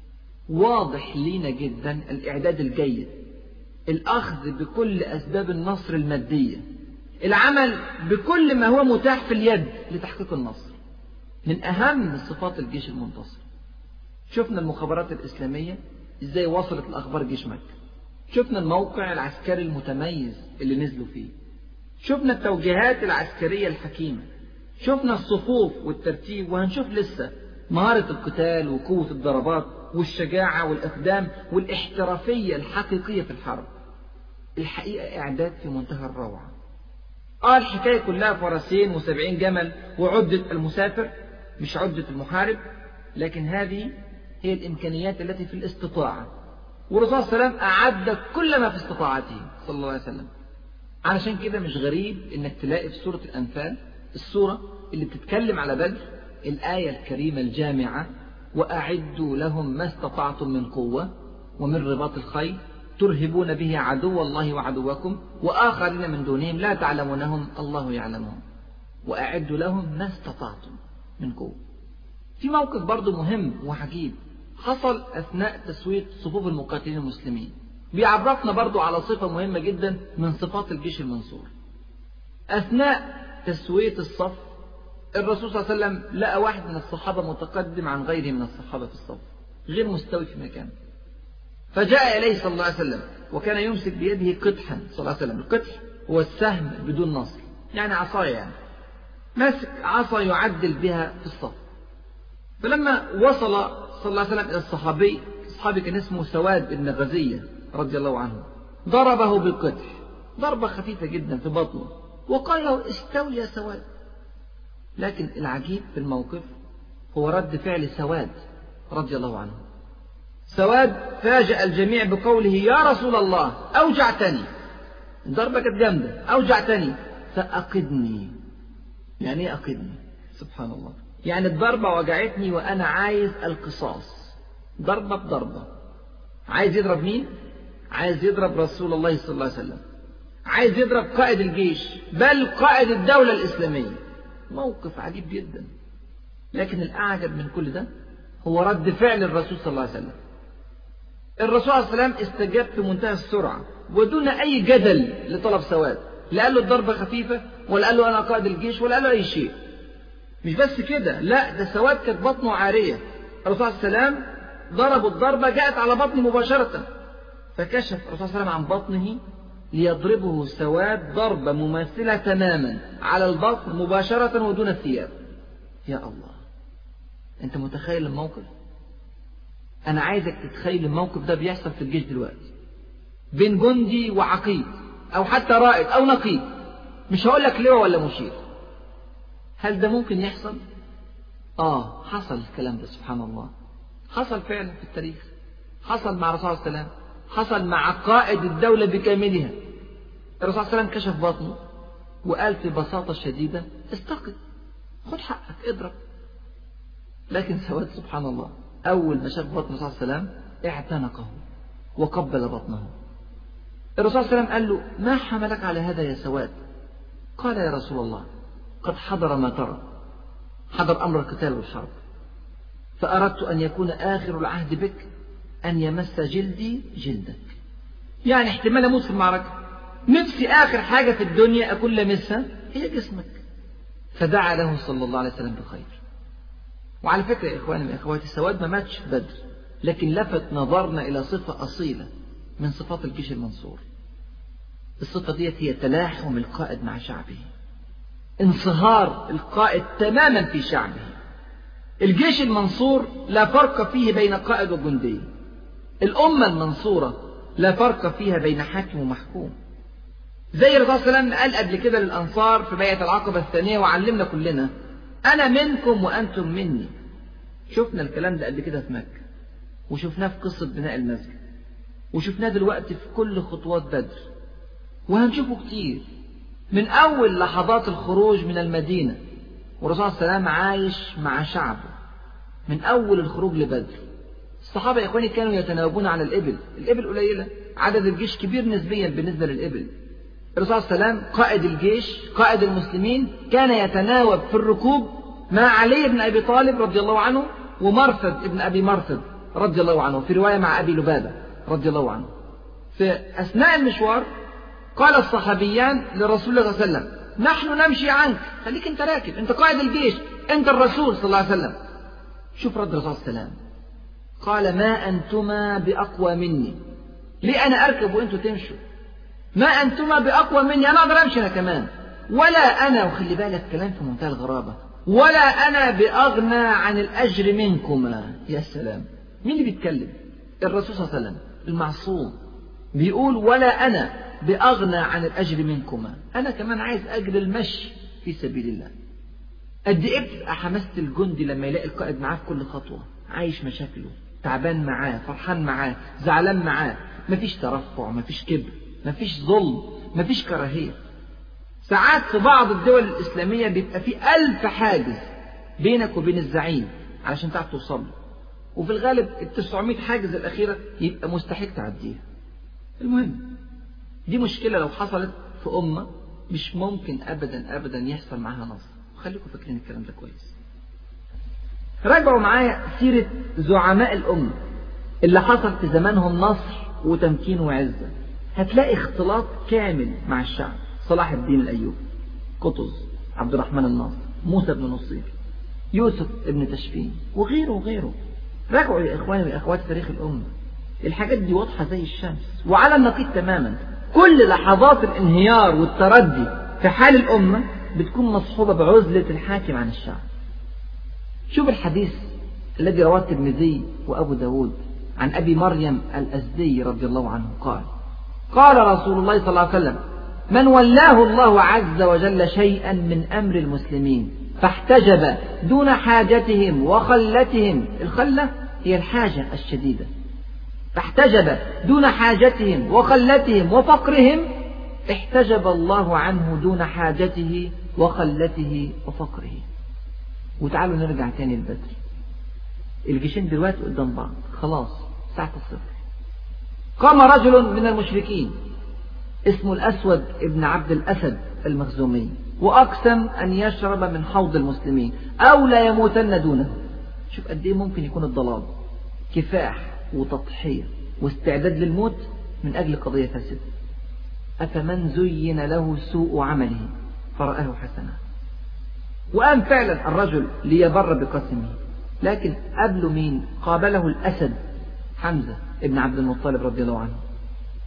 Speaker 2: واضح لينا جدا الإعداد الجيد، الأخذ بكل أسباب النصر المادية، العمل بكل ما هو متاح في اليد لتحقيق النصر، من أهم صفات الجيش المنتصر. شفنا المخابرات الإسلامية إزاي وصلت لأخبار جيش مكة، شفنا الموقع العسكري المتميز اللي نزلوا فيه، شفنا التوجيهات العسكرية الحكيمة، شفنا الصفوف والترتيب، وهنشوف لسه مهارة القتال وقوة الضربات والشجاعة والإقدام والاحترافية الحقيقية في الحرب. الحقيقة إعداد في منتهى الروعة. آه الحكاية كلها فرسين وسبعين جمل وعدة المسافر مش عدة المحارب، لكن هذه هي الإمكانيات التي في الاستطاعة، والرسول صلى الله عليه وسلم أعد كل ما في استطاعته صلى الله عليه وسلم. علشان كده مش غريب إنك تلاقي في سورة الأنفال، السورة اللي بتتكلم على بدر، الآية الكريمة الجامعة: وأعدوا لهم ما استطعتم من قوة ومن رباط الخيل ترهبون به عدو الله وعدوكم وآخرين من دونهم لا تعلمونهم الله يعلمهم. وأعدوا لهم ما استطعتم من قوة. في موقف برضو مهم وعجيب حصل أثناء تسوية صفوف المقاتلين المسلمين، بيعرفنا برضو على صفة مهمة جدا من صفات الجيش المنصور. أثناء تسوية الصف الرسول صلى الله عليه وسلم لقى واحد من الصحابة متقدم عن غيره من الصحابة في الصف، غير مستوي في مكانه، فجاء إليه صلى الله عليه وسلم وكان يمسك بيده قدحا صلى الله عليه وسلم. القدح هو السهم بدون نصر، يعني عصاية، يعني ماسك عصا يعدل بها في الصف. فلما وصل صلى الله عليه وسلم إلى الصحابي، الصحابي كان اسمه سواد بن غزية رضي الله عنه، ضربه بالقدح ضربة خفيفة جدا في بطنه وقال له استوي يا سواد. لكن العجيب في الموقف هو رد فعل سواد رضي الله عنه. سواد فاجأ الجميع بقوله يا رسول الله أوجعتني، الضربة كانت جامدة، أوجعتني فأقدني. يعني ايه أقدني؟ سبحان الله، يعني الضربة وجعتني وأنا عايز القصاص، ضربة بضربة. عايز يضرب مين؟ عايز يضرب رسول الله صلى الله عليه وسلم، عايز يضرب قائد الجيش، بل قائد الدولة الإسلامية. موقف عجيب جدا. لكن الأعجب من كل ده هو رد فعل الرسول صلى الله عليه وسلم. الرسول عليه السلام استجاب في منتهى السرعة ودون أي جدل لطلب سواد، لا قال له الضربة خفيفة ولا قال له أنا قائد الجيش ولا قال له أي شيء. مش بس كده، لا ده سواد كانت بطنه عارية. الرسول عليه السلام ضرب الضربة جاءت على بطنه مباشرة، فكشف الرسول صلى الله عليه وسلم عن بطنه ليضربه سواد ضربة مماثلة تماما على البطن مباشرة ودون الثياب. يا الله، أنت متخيل الموقف؟ أنا عايزك تتخيل الموقف ده بيحصل في الجيش دلوقتي بين جندي وعقيد أو حتى رائد أو نقيب، مش هقول لك لواء ولا مشير. هل ده ممكن يحصل؟ آه حصل الكلام ده سبحان الله، حصل فعلا في التاريخ، حصل مع الرسول صلى الله عليه وسلم، حصل مع قائد الدولة بكاملها. الرسول صلى الله عليه وسلم كشف بطنه وقال في بساطة شديدة استقل، خد حقك اضرب. لكن سواد سبحان الله، أول ما شاف بطن الرسول صلى الله عليه وسلم اعتنقه وقبل بطنه. الرسول صلى الله عليه وسلم قال له ما حملك على هذا يا سواد؟ قال يا رسول الله قد حضر ما ترى، حضر أمر القتال والحرب، فأردت أن يكون آخر العهد بك أن يمس جلدي جلدك، يعني احتمال أموت في المعركة، نفسي آخر حاجة في الدنيا أكون لمسها هي جسمك. فدعا له صلى الله عليه وسلم بخير. وعلى فكرة يا إخواني وأخواتي، السواد ما ماتش في بدر، لكن لفت نظرنا إلى صفة أصيلة من صفات الجيش المنصور. الصفة ديت هي تلاحم القائد مع شعبه، انصهار القائد تماما في شعبه. الجيش المنصور لا فرق فيه بين قائد وجندي. الأمة المنصورة لا فرق فيها بين حاكم ومحكوم. زي الرسول صلى الله عليه وسلم قال قبل كده للأنصار في بيعة العقبة الثانية وعلمنا كلنا أنا منكم وأنتم مني. شفنا الكلام ده قبل كده في مكة، وشفناه في قصة بناء المسجد، وشفناه دلوقتي في كل خطوات بدر، وهنشوفه كتير من أول لحظات الخروج من المدينة والرسول صلى الله عليه وسلم عايش مع شعبه من أول الخروج لبدر. الصحابة يا إخواني كانوا يتناوبون على الإبل، الإبل قليلة، عدد الجيش كبير نسبيا بالنسبة للإبل. الرسول صلى الله عليه وسلم قائد الجيش قائد المسلمين كان يتناوب في الركوب مع علي بن أبي طالب رضي الله عنه ومرثد ابن أبي مرثد رضي الله عنه، في رواية مع أبي لبابة رضي الله عنه. في أثناء المشوار قال الصحابيان لرسول الله صلى الله عليه وسلم نحن نمشي عنك، خليك انت راكب، انت قائد الجيش، انت الرسول صلى الله عليه وسلم. شوف رد الرسول صلى الله عليه وسلم، قال ما أنتما بأقوى مني، ليه أنا أركب وأنتوا تمشوا؟ ما أنتما بأقوى مني، أنا أقدر أمشي أنا كمان، ولا أنا، وخلي بالك كلام في منتهى الغرابة، ولا أنا بأغنى عن الأجر منكما. يا سلام، مين اللي بيتكلم؟ الرسول صلى الله عليه وسلم المعصوم بيقول ولا أنا بأغنى عن الأجر منكما، أنا كمان عايز أجر المشي في سبيل الله. قد إيه بتبقى حماسة الجندي لما يلاقي القائد معاه في كل خطوة، عايش مشاكله، تعبان معاه، فرحان معاه، زعلان معاه، مفيش ترفع، مفيش كبر، مفيش ظلم، مفيش كراهية. ساعات في بعض الدول الإسلامية بيبقى في ألف حاجز بينك وبين الزعيم علشان تعرف توصل له، وفي الغالب التسعمائة حاجز الأخيرة يبقى مستحيل تعديها. المهم دي مشكلة لو حصلت في أمة مش ممكن أبدا أبدا يحصل معها نصر، وخليكم فاكرين الكلام ده كويس. راجعوا معايا سيرة زعماء الأمة اللي حصل في زمانهم نصر وتمكين وعزة، هتلاقي اختلاط كامل مع الشعب. صلاح الدين الأيوبي، قطز، عبد الرحمن الناصر، موسى بن نصير، يوسف بن تشفين، وغيره وغيره. راجعوا يا إخواني وأخوات تاريخ الأمة، الحاجات دي واضحة زي الشمس وعلى النقيض تماما. كل لحظات الانهيار والتردي في حال الأمة بتكون مصحوبة بعزلة الحاكم عن الشعب. شوف الحديث الذي رواه الترمذي وأبو داود عن أبي مريم الأزدي رضي الله عنه قال قال رسول الله صلى الله عليه وسلم من ولاه الله عز وجل شيئا من أمر المسلمين فاحتجب دون حاجتهم وخلتهم، الخلة هي الحاجة الشديدة، فاحتجب دون حاجتهم وخلتهم وفقرهم احتجب الله عنه دون حاجته وخلته وفقره. وتعالوا نرجع تاني لبدر. الجيشين دلوقتي قدام بعض، خلاص ساعة الصفر. قام رجل من المشركين اسمه الأسود ابن عبد الأسد المخزومي وأقسم أن يشرب من حوض المسلمين أو لا يموتن دونه. شوف قد إيه ممكن يكون الضلال، كفاح وتضحية واستعداد للموت من أجل قضية فاسدة. أفمن زين له سوء عمله فرآه حسنا. وقام فعلا الرجل ليبر بقسمه، لكن قبله مين؟ قابله الأسد حمزة ابن عبد المطلب رضي الله عنه،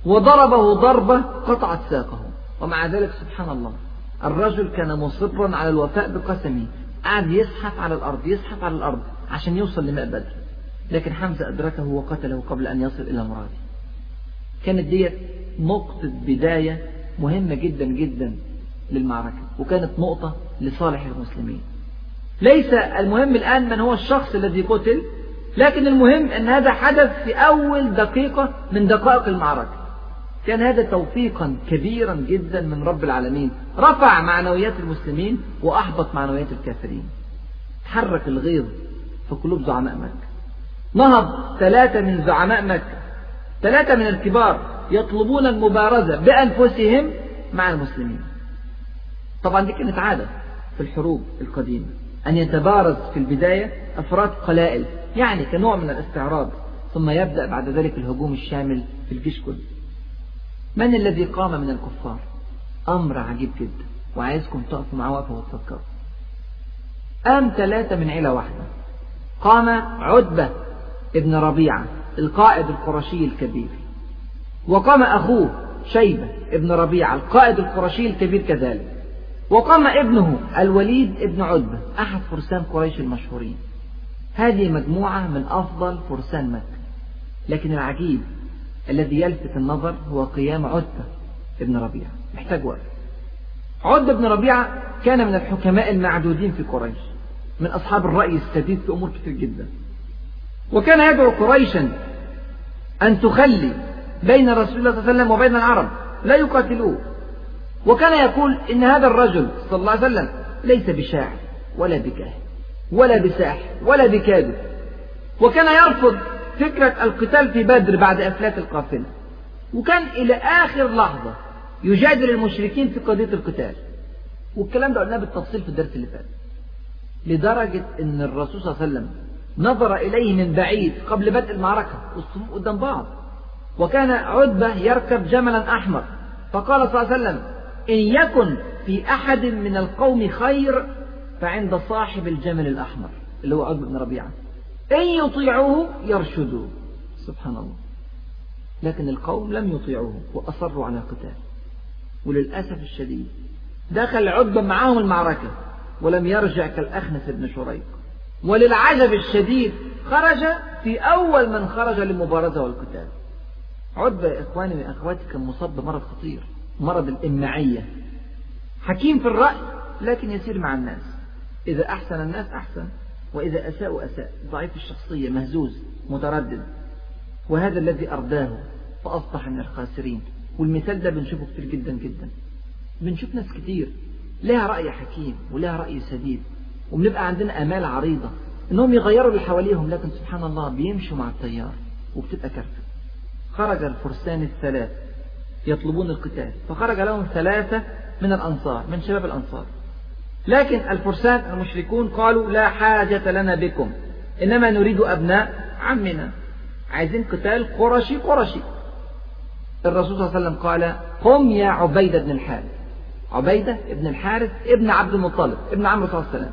Speaker 2: وضربه ضربة قطعت ساقه. ومع ذلك سبحان الله الرجل كان مصرا على الوفاء بقسمه، قعد يزحف على الأرض يزحف على الأرض عشان يوصل لماء بدر، لكن حمزة أدركه وقتله قبل أن يصل إلى مراده. كانت دي نقطة بداية مهمة جدا جدا للمعركة، وكانت نقطة لصالح المسلمين. ليس المهم الآن من هو الشخص الذي قتل، لكن المهم أن هذا حدث في أول دقيقة من دقائق المعركة. كان هذا توفيقا كبيرا جدا من رب العالمين، رفع معنويات المسلمين وأحبط معنويات الكافرين. تحرك الغيظ في قلوب زعماء مكة. نهض ثلاثة من زعماء مكة، ثلاثة من الكبار يطلبون المبارزة بأنفسهم مع المسلمين. طبعا دي كانت عادة في الحروب القديمة أن يتبارز في البداية أفراد قلائل، يعني كنوع من الاستعراض، ثم يبدأ بعد ذلك الهجوم الشامل في الجيش كله. من الذي قام من الكفار؟ أمر عجيب جدا، وعايزكم تقفوا معاه وقفة وتفكروا. قام ثلاثة من عيلة واحدة. قام عتبة ابن ربيعة القائد القرشي الكبير، وقام أخوه شيبة ابن ربيعة القائد القرشي الكبير كذلك، وقام ابنه الوليد ابن عتبة أحد فرسان قريش المشهورين. هذه مجموعة من أفضل فرسان مكة. لكن العجيب الذي يلفت النظر هو قيام عتبة ابن ربيعة. محتاج وقت. عتبة بن ربيعة كان من الحكماء المعدودين في قريش، من أصحاب الرأي السديد في أمور كثير جدا، وكان يدعو قريشا أن تخلي بين رسول الله صلى الله عليه وسلم وبين العرب، لا يقاتلوه. وكان يقول إن هذا الرجل صلى الله عليه وسلم ليس بشاعر ولا بكاهن ولا بساحر ولا بكاذب. وكان يرفض فكرة القتال في بدر بعد إفلات القافلة، وكان إلى آخر لحظة يجادل المشركين في قضية القتال. والكلام ده قلناه بالتفصيل في الدرس اللي فات، لدرجة أن الرسول صلى الله عليه وسلم نظر إليه من بعيد قبل بدء المعركة والصفوف قدام بعض، وكان عتبة يركب جملا أحمر، فقال صلى الله عليه وسلم: إن يكن في أحد من القوم خير فعند صاحب الجمل الأحمر اللي هو عتبة بن ربيعة، إن يطيعوه يرشدوه. سبحان الله. لكن القوم لم يطيعوه وأصروا على القتال، وللأسف الشديد دخل عتبة معهم المعركة ولم يرجع كالأخنس بن شريق. وللعجب الشديد خرج في أول من خرج للمبارزة والقتال. عتبة يا إخواني وأخواتي كان مصاب بمرض خطير، مرض الإمعية. حكيم في الرأي لكن يسير مع الناس، إذا أحسن الناس أحسن، وإذا أساءوا أساء. ضعيف الشخصية، مهزوز، متردد. وهذا الذي أرداه فأصبح من الخاسرين. والمثال ده بنشوفه كتير جدا جدا. بنشوف ناس كتير لها رأي حكيم ولها رأي سديد، وبنبقى عندنا آمال عريضة إنهم يغيروا اللي حواليهم، لكن سبحان الله بيمشوا مع التيار وبتبقى كارثة. خرج الفرسان الثلاث يطلبون القتال، فخرج لهم ثلاثة من الأنصار، من شباب الأنصار. لكن الفرسان المشركون قالوا: لا حاجة لنا بكم، إنما نريد أبناء عمنا، عايزين قتال قرشي قرشي. الرسول صلى الله عليه وسلم قال: قم يا عبيدة بن الحارث. عبيدة ابن الحارث ابن عبد المطلب ابن عمرو صلى الله عليه وسلم.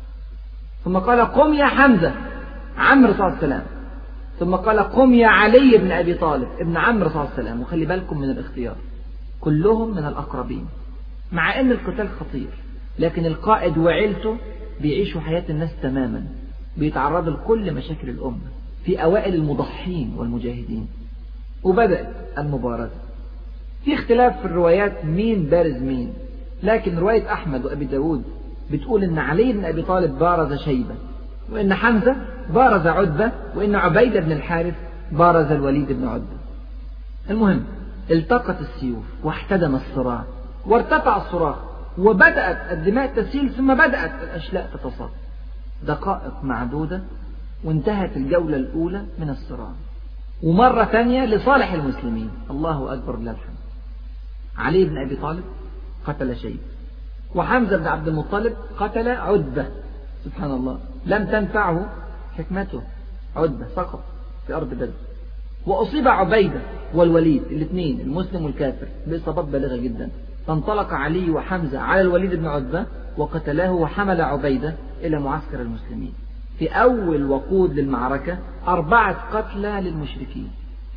Speaker 2: ثم قال: قم يا حمزة عمرو صلى الله عليه وسلم. ثم قال: قم يا علي بن أبي طالب ابن عمرو صلى الله عليه وسلم. وخلي بالكم من الاختيار، كلهم من الأقربين، مع أن القتال خطير، لكن القائد وعيلته بيعيشوا حياة الناس تماما، بيتعرضوا لكل مشاكل الأمة، في أوائل المضحين والمجاهدين. وبدأت المبارزة. في اختلاف في الروايات مين بارز مين، لكن رواية أحمد وأبي داود بتقول إن علي بن أبي طالب بارز شيبة، وإن حمزة بارز عتبة، وإن عبيدة بن الحارث بارز الوليد بن عتبة. المهم التقت السيوف واحتدم الصراع وارتفع الصراخ، وبدأت الدماء تسيل، ثم بدأت الأشلاء تتصاعد. دقائق معدودة وانتهت الجولة الأولى من الصراع، ومرة ثانية لصالح المسلمين. الله أكبر لله الحمد. علي بن أبي طالب قتل شيبة، وحمزة بن عبد المطلب قتل عتبة. سبحان الله، لم تنفعه حكمته، عتبة سقط في أرض بدر. وأصيب عبيدة والوليد الاثنين المسلم والكافر بإصابات بالغة جدا. فانطلق علي وحمزة على الوليد بن عتبة وقتلاه، وحمل عبيدة إلى معسكر المسلمين. في أول وقود للمعركة أربعة قتلى للمشركين،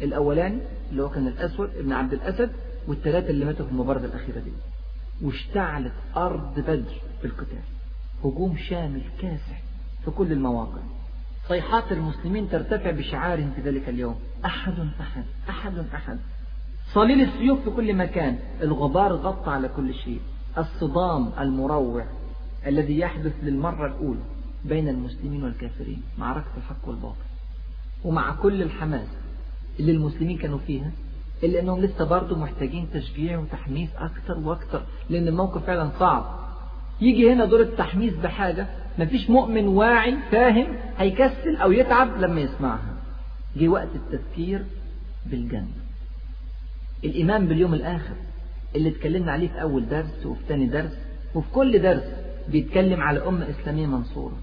Speaker 2: الأولاني اللي هو كان الأسود ابن عبد الأسد، والثلاثة اللي ماتوا في المباراة الأخيرة دي. واشتعلت أرض بدر بالقتال، هجوم شامل كاسح في كل المواقع. صيحات المسلمين ترتفع بشعارهم في ذلك اليوم: أحد أحد أحد أحد. صليل السيوف في كل مكان، الغبار غطى على كل شيء. الصدام المروع الذي يحدث للمرة الأولى بين المسلمين والكافرين، معركة الحق والباطل. ومع كل الحماس اللي المسلمين كانوا فيها، إلا أنهم لسه برضو محتاجين تشجيع وتحميس أكتر وأكتر، لأن الموقف فعلا صعب. يجي هنا دور التحميس بحاجة مفيش مؤمن واعي فاهم هيكسل أو يتعب لما يسمعها. جه وقت التفكير بالجنة، الإيمان باليوم الآخر اللي اتكلمنا عليه في أول درس وفي ثاني درس وفي كل درس بيتكلم على أمة إسلامية منصورة.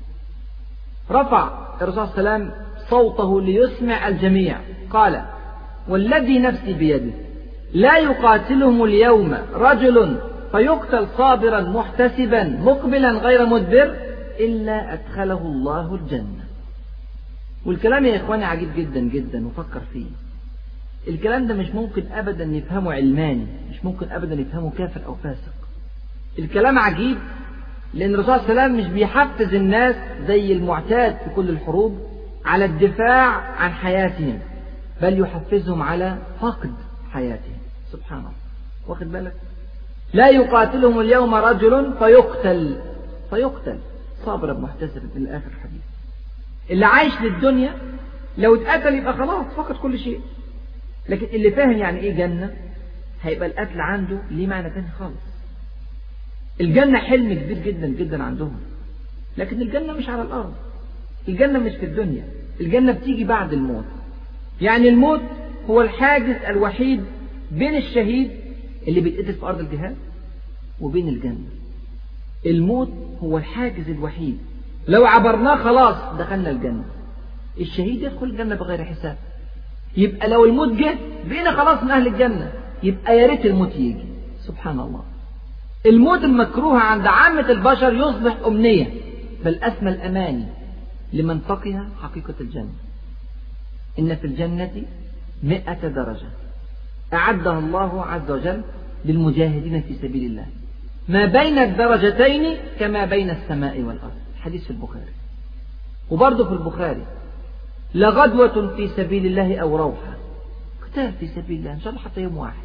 Speaker 2: رفع الرسول صلى الله عليه وسلم صوته ليسمع الجميع، قال: والذي نفسي بيده لا يقاتلهم اليوم رجل فيقتل صابرا محتسبا مقبلا غير مدبر إلا أدخله الله الجنة. والكلام يا إخواني عجيب جدا جدا، وفكر فيه. الكلام ده مش ممكن أبدا يفهمه علماني، مش ممكن أبدا يفهمه كافر أو فاسق. الكلام عجيب لأن الرسول صلى الله عليه وسلم مش بيحفز الناس زي المعتاد في كل الحروب على الدفاع عن حياتهم، بل يحفزهم على فقد حياتهم. سبحان الله، واخد بالك؟ لا يقاتلهم اليوم رجل فيقتل فيقتل صابرا محتسبا إلى آخر الحديث. اللي عايش للدنيا لو اتقتل يبقى خلاص فقد كل شيء، لكن اللي فاهم يعني ايه جنة هيبقى القتل عنده ليه معنى تاني خالص. الجنة حلم كبير جدا جدا عندهم، لكن الجنة مش على الأرض، الجنة مش في الدنيا، الجنة بتيجي بعد الموت. يعني الموت هو الحاجز الوحيد بين الشهيد اللي بيتقتل في أرض الجهاد وبين الجنة. الموت هو الحاجز الوحيد، لو عبرناه خلاص دخلنا الجنة. الشهيد يدخل الجنة بغير حساب. يبقى لو الموت جه بقينا خلاص من أهل الجنة، يبقى يا ريت الموت يجي. سبحان الله، الموت المكروه عند عامة البشر يصبح أمنية، بل أسمى الأماني لمن فقه حقيقة الجنة. إن في الجنة مئة درجة أعدها الله عز وجل للمجاهدين في سبيل الله، ما بين الدرجتين كما بين السماء والأرض. حديث في البخاري. وبرضه في البخاري: لغدوة في سبيل الله أو روحة، قتال في سبيل الله إن شاء الله حتى يوم واحد،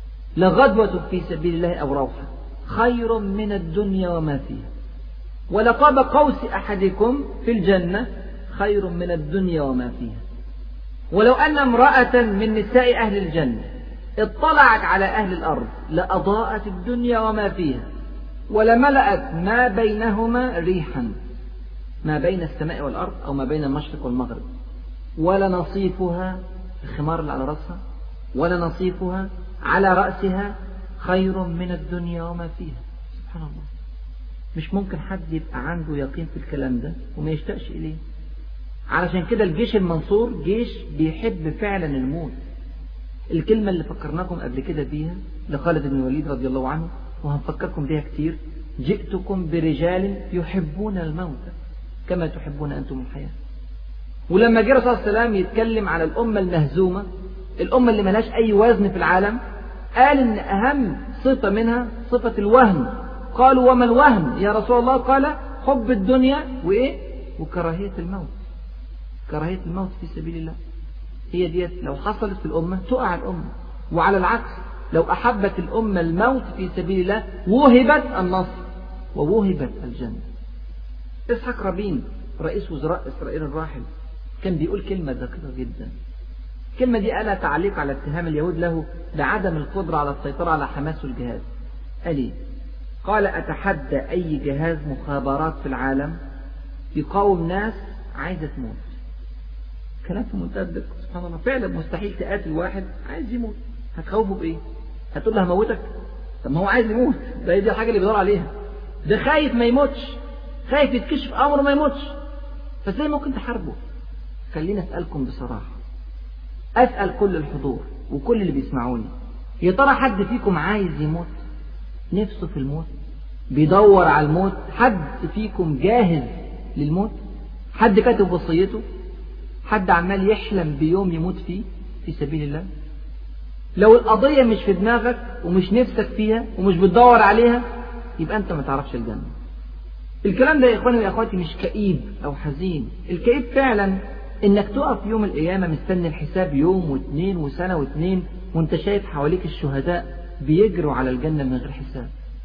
Speaker 2: لغدوة في سبيل الله أو روحة خير من الدنيا وما فيها، ولقاب قوس أحدكم في الجنة خير من الدنيا وما فيها. ولو أن امرأة من نساء أهل الجنة اطلعت على أهل الأرض لأضاءت الدنيا وما فيها، ولملأت ما بينهما ريحا، ما بين السماء والأرض أو ما بين المشرق والمغرب، ولا نصيفها الخمار اللي على رأسها ولا نصيفها على رأسها خير من الدنيا وما فيها. سبحان الله، مش ممكن حد يبقى عنده يقين في الكلام ده وما يشتاقش إليه. علشان كده الجيش المنصور جيش بيحب فعلا الموت. الكلمة اللي فكرناكم قبل كده بيها لخالد بن الوليد رضي الله عنه، وهنفكركم بيها كتير: جئتكم برجال يحبون الموت كما تحبون أنتم الحياة. ولما جه الرسول صلى الله عليه وسلم يتكلم على الأمة المهزومة، الأمة اللي ملهاش أي وزن في العالم، قال إن أهم صفة منها صفة الوهن. قالوا: وما الوهن يا رسول الله؟ قال: حب الدنيا وإيه؟ وكراهية الموت. كراهية الموت في سبيل الله هي ديت لو حصلت في الأمة تقع الأمة. وعلى العكس، لو أحبت الأمة الموت في سبيل الله وهبت النصر ووهبت الجنة. إسحاق رابين رئيس وزراء إسرائيل الراحل كان بيقول كلمة دقيقة جدا. الكلمة دي أنا تعليق على اتهام اليهود له بعدم القدرة على السيطرة على حماس والجهاد. قال إيه؟ قال: أتحدى أي جهاز مخابرات في العالم يقاوم ناس عايزة تموت. كلام في منتهى الدقة. سبحان الله، فعلا مستحيل تقاتل واحد عايز يموت. هتخوفه بإيه؟ هتقول له هموتك؟ طب ما هو عايز يموت، ده دي الحاجة اللي بيدور عليها. ده خايف ما يموتش، خايف يتكشف أمره ما يموتش، فازاي ممكن تحاربه؟ خلينا أسألكم بصراحة، أسأل كل الحضور وكل اللي بيسمعوني: يا ترى حد فيكم عايز يموت؟ نفسه في الموت؟ بيدور على الموت؟ حد فيكم جاهز للموت؟ حد كاتب وصيته؟ حد عمال يحلم بيوم يموت فيه؟ في سبيل الله؟ لو القضية مش في دماغك ومش نفسك فيها ومش بتدور عليها يبقى أنت ما تعرفش الجنة. الكلام ده يا إخواني وأخواتي مش كئيب أو حزين. الكئيب فعلا إنك تقف يوم القيامة مستني الحساب يوم واثنين وسنة واثنين وانت شايف حواليك الشهداء بيجروا على الجنة من غير حساب،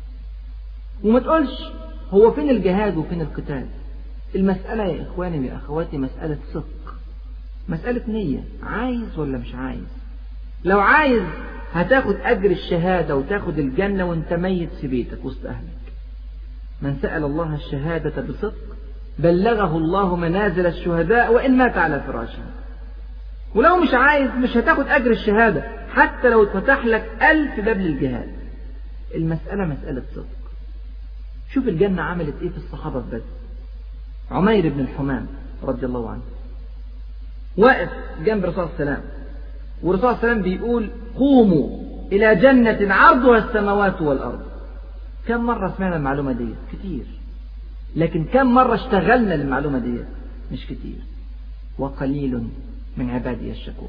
Speaker 2: وما تقولش هو فين الجهاد وفين القتال. المسألة يا إخواني يا أخواتي مسألة صدق، مسألة نية، عايز ولا مش عايز. لو عايز هتاخد أجر الشهادة وتاخد الجنة وانت ميت في بيتك وسط أهلك. من سأل الله الشهادة بصدق بلغه الله منازل الشهداء وإن مات على فراشه. ولو مش عايز مش هتاخد أجر الشهادة حتى لو اتفتح لك ألف باب للجهاد. المسألة مسألة صدق. شوف الجنة عملت إيه في الصحابة في بدر. عمير بن الحمام رضي الله عنه واقف جنب الرسول صلى الله عليه وسلم، والرسول صلى الله عليه وسلم بيقول قوموا إلى جنة عرضها السماوات والأرض. كم مرة سمعنا المعلومة دي؟ كتير. لكن كم مرة اشتغلنا للمعلومة دي؟ مش كتير. وقليل من عبادي الشكور.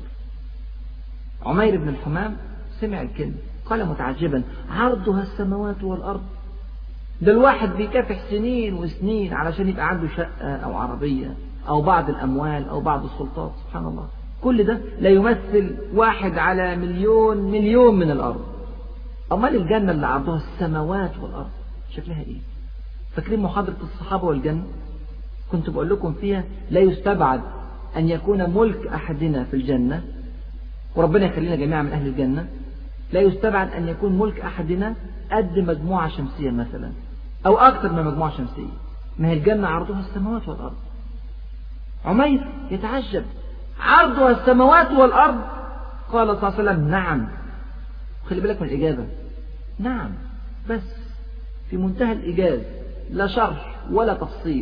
Speaker 2: عمير بن الحمام سمع الكلمة قال متعجبا عرضها السماوات والأرض. ده الواحد بيكافح سنين وسنين علشان يبقى عنده شقة أو عربية أو بعض الأموال أو بعض السلطات. سبحان الله، كل ده لا يمثل واحد على مليون مليون من الأرض. أمال الجنة اللي عرضها السماوات والأرض شكلها إيه؟ فاكرين محاضرة الصحابة والجنة؟ كنت بقول لكم فيها لا يستبعد أن يكون ملك أحدنا في الجنة، وربنا يخلينا جميعا من أهل الجنة، لا يستبعد أن يكون ملك أحدنا قد مجموعة شمسية مثلا أو أكثر من مجموعة شمسية. ما هي الجنة عرضها السماوات والأرض. عمير يتعجب عرضها السماوات والأرض. قال صلى الله عليه وسلم نعم. خلي بالك من الإجابة، نعم بس، في منتهى الإيجاز، لا شرح ولا تفصيل.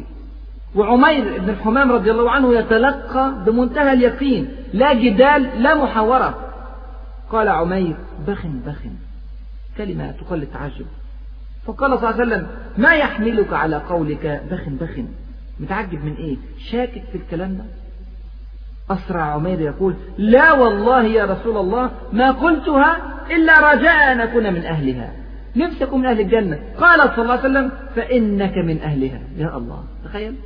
Speaker 2: وعمير بن الحمام رضي الله عنه يتلقى بمنتهى اليقين، لا جدال لا محاورة. قال عمير بخ بخ، كلمة تقل التعجب. فقال صلى الله عليه وسلم ما يحملك على قولك بخ بخ؟ متعجب من إيه؟ شاكك في الكلام ده؟ أسرع عمير يقول لا والله يا رسول الله ما قلتها إلا رجاء أن أكون من أهلها. نفسي أكون من أهل الجنة. قال صلى الله عليه وسلم فإنك من أهلها. يا الله، تخيل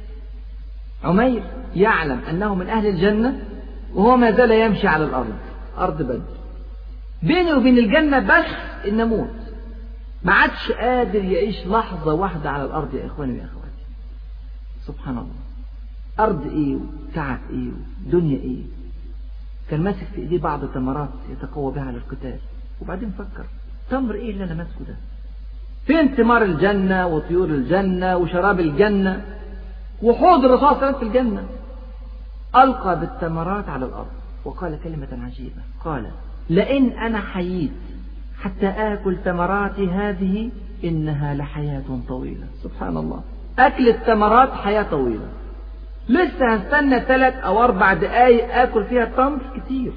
Speaker 2: عمير يعلم أنه من أهل الجنة وهو ما زال يمشي على الأرض، أرض بدر، بينه وبين الجنة بس النموت. ما عادش قادر يعيش لحظة واحدة على الأرض يا إخواني يا أخواتي. سبحان الله، أرض إيه وتعب إيه ودنيا إيه. كان ماسك في إيديه بعض التمرات يتقوى بها على القتال، وبعدين فكر تمر إيه اللي أنا ماسكه ده؟ فين ثمار الجنة وطيور الجنة وشراب الجنة وحوض الرسول صلى الله عليه وسلم في الجنة؟ ألقى بالتمرات على الأرض وقال كلمة عجيبة، قال لئن أنا حييت حتى آكل تمراتي هذه إنها لحياة طويلة. سبحان الله، أكل التمرات حياة طويلة. لسه هستنى ثلاث أو أربع دقايق آكل فيها التمر كتير.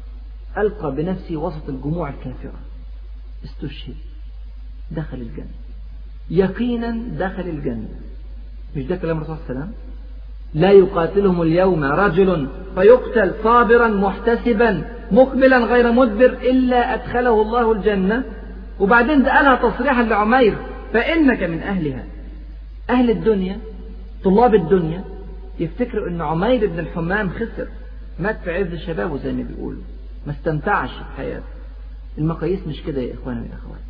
Speaker 2: ألقى بنفسي وسط الجموع الكافرة، استشهد، دخل الجنة يقينا، دخل الجنة. مش ده كلام الرسول صلى الله عليه وسلم؟ لا يقاتلهم اليوم رجل فيقتل صابرا محتسبا مقبلا غير مدبر إلا أدخله الله الجنة. وبعدين ده قالها تصريحا لعمير فإنك من أهلها. أهل الدنيا طلاب الدنيا يفتكروا أن عمير بن الحمام خسر، مات في عز شبابه زي ما بيقولوا، ما استمتعش بحياته. المقاييس مش كده يا إخواني يا أخواتي.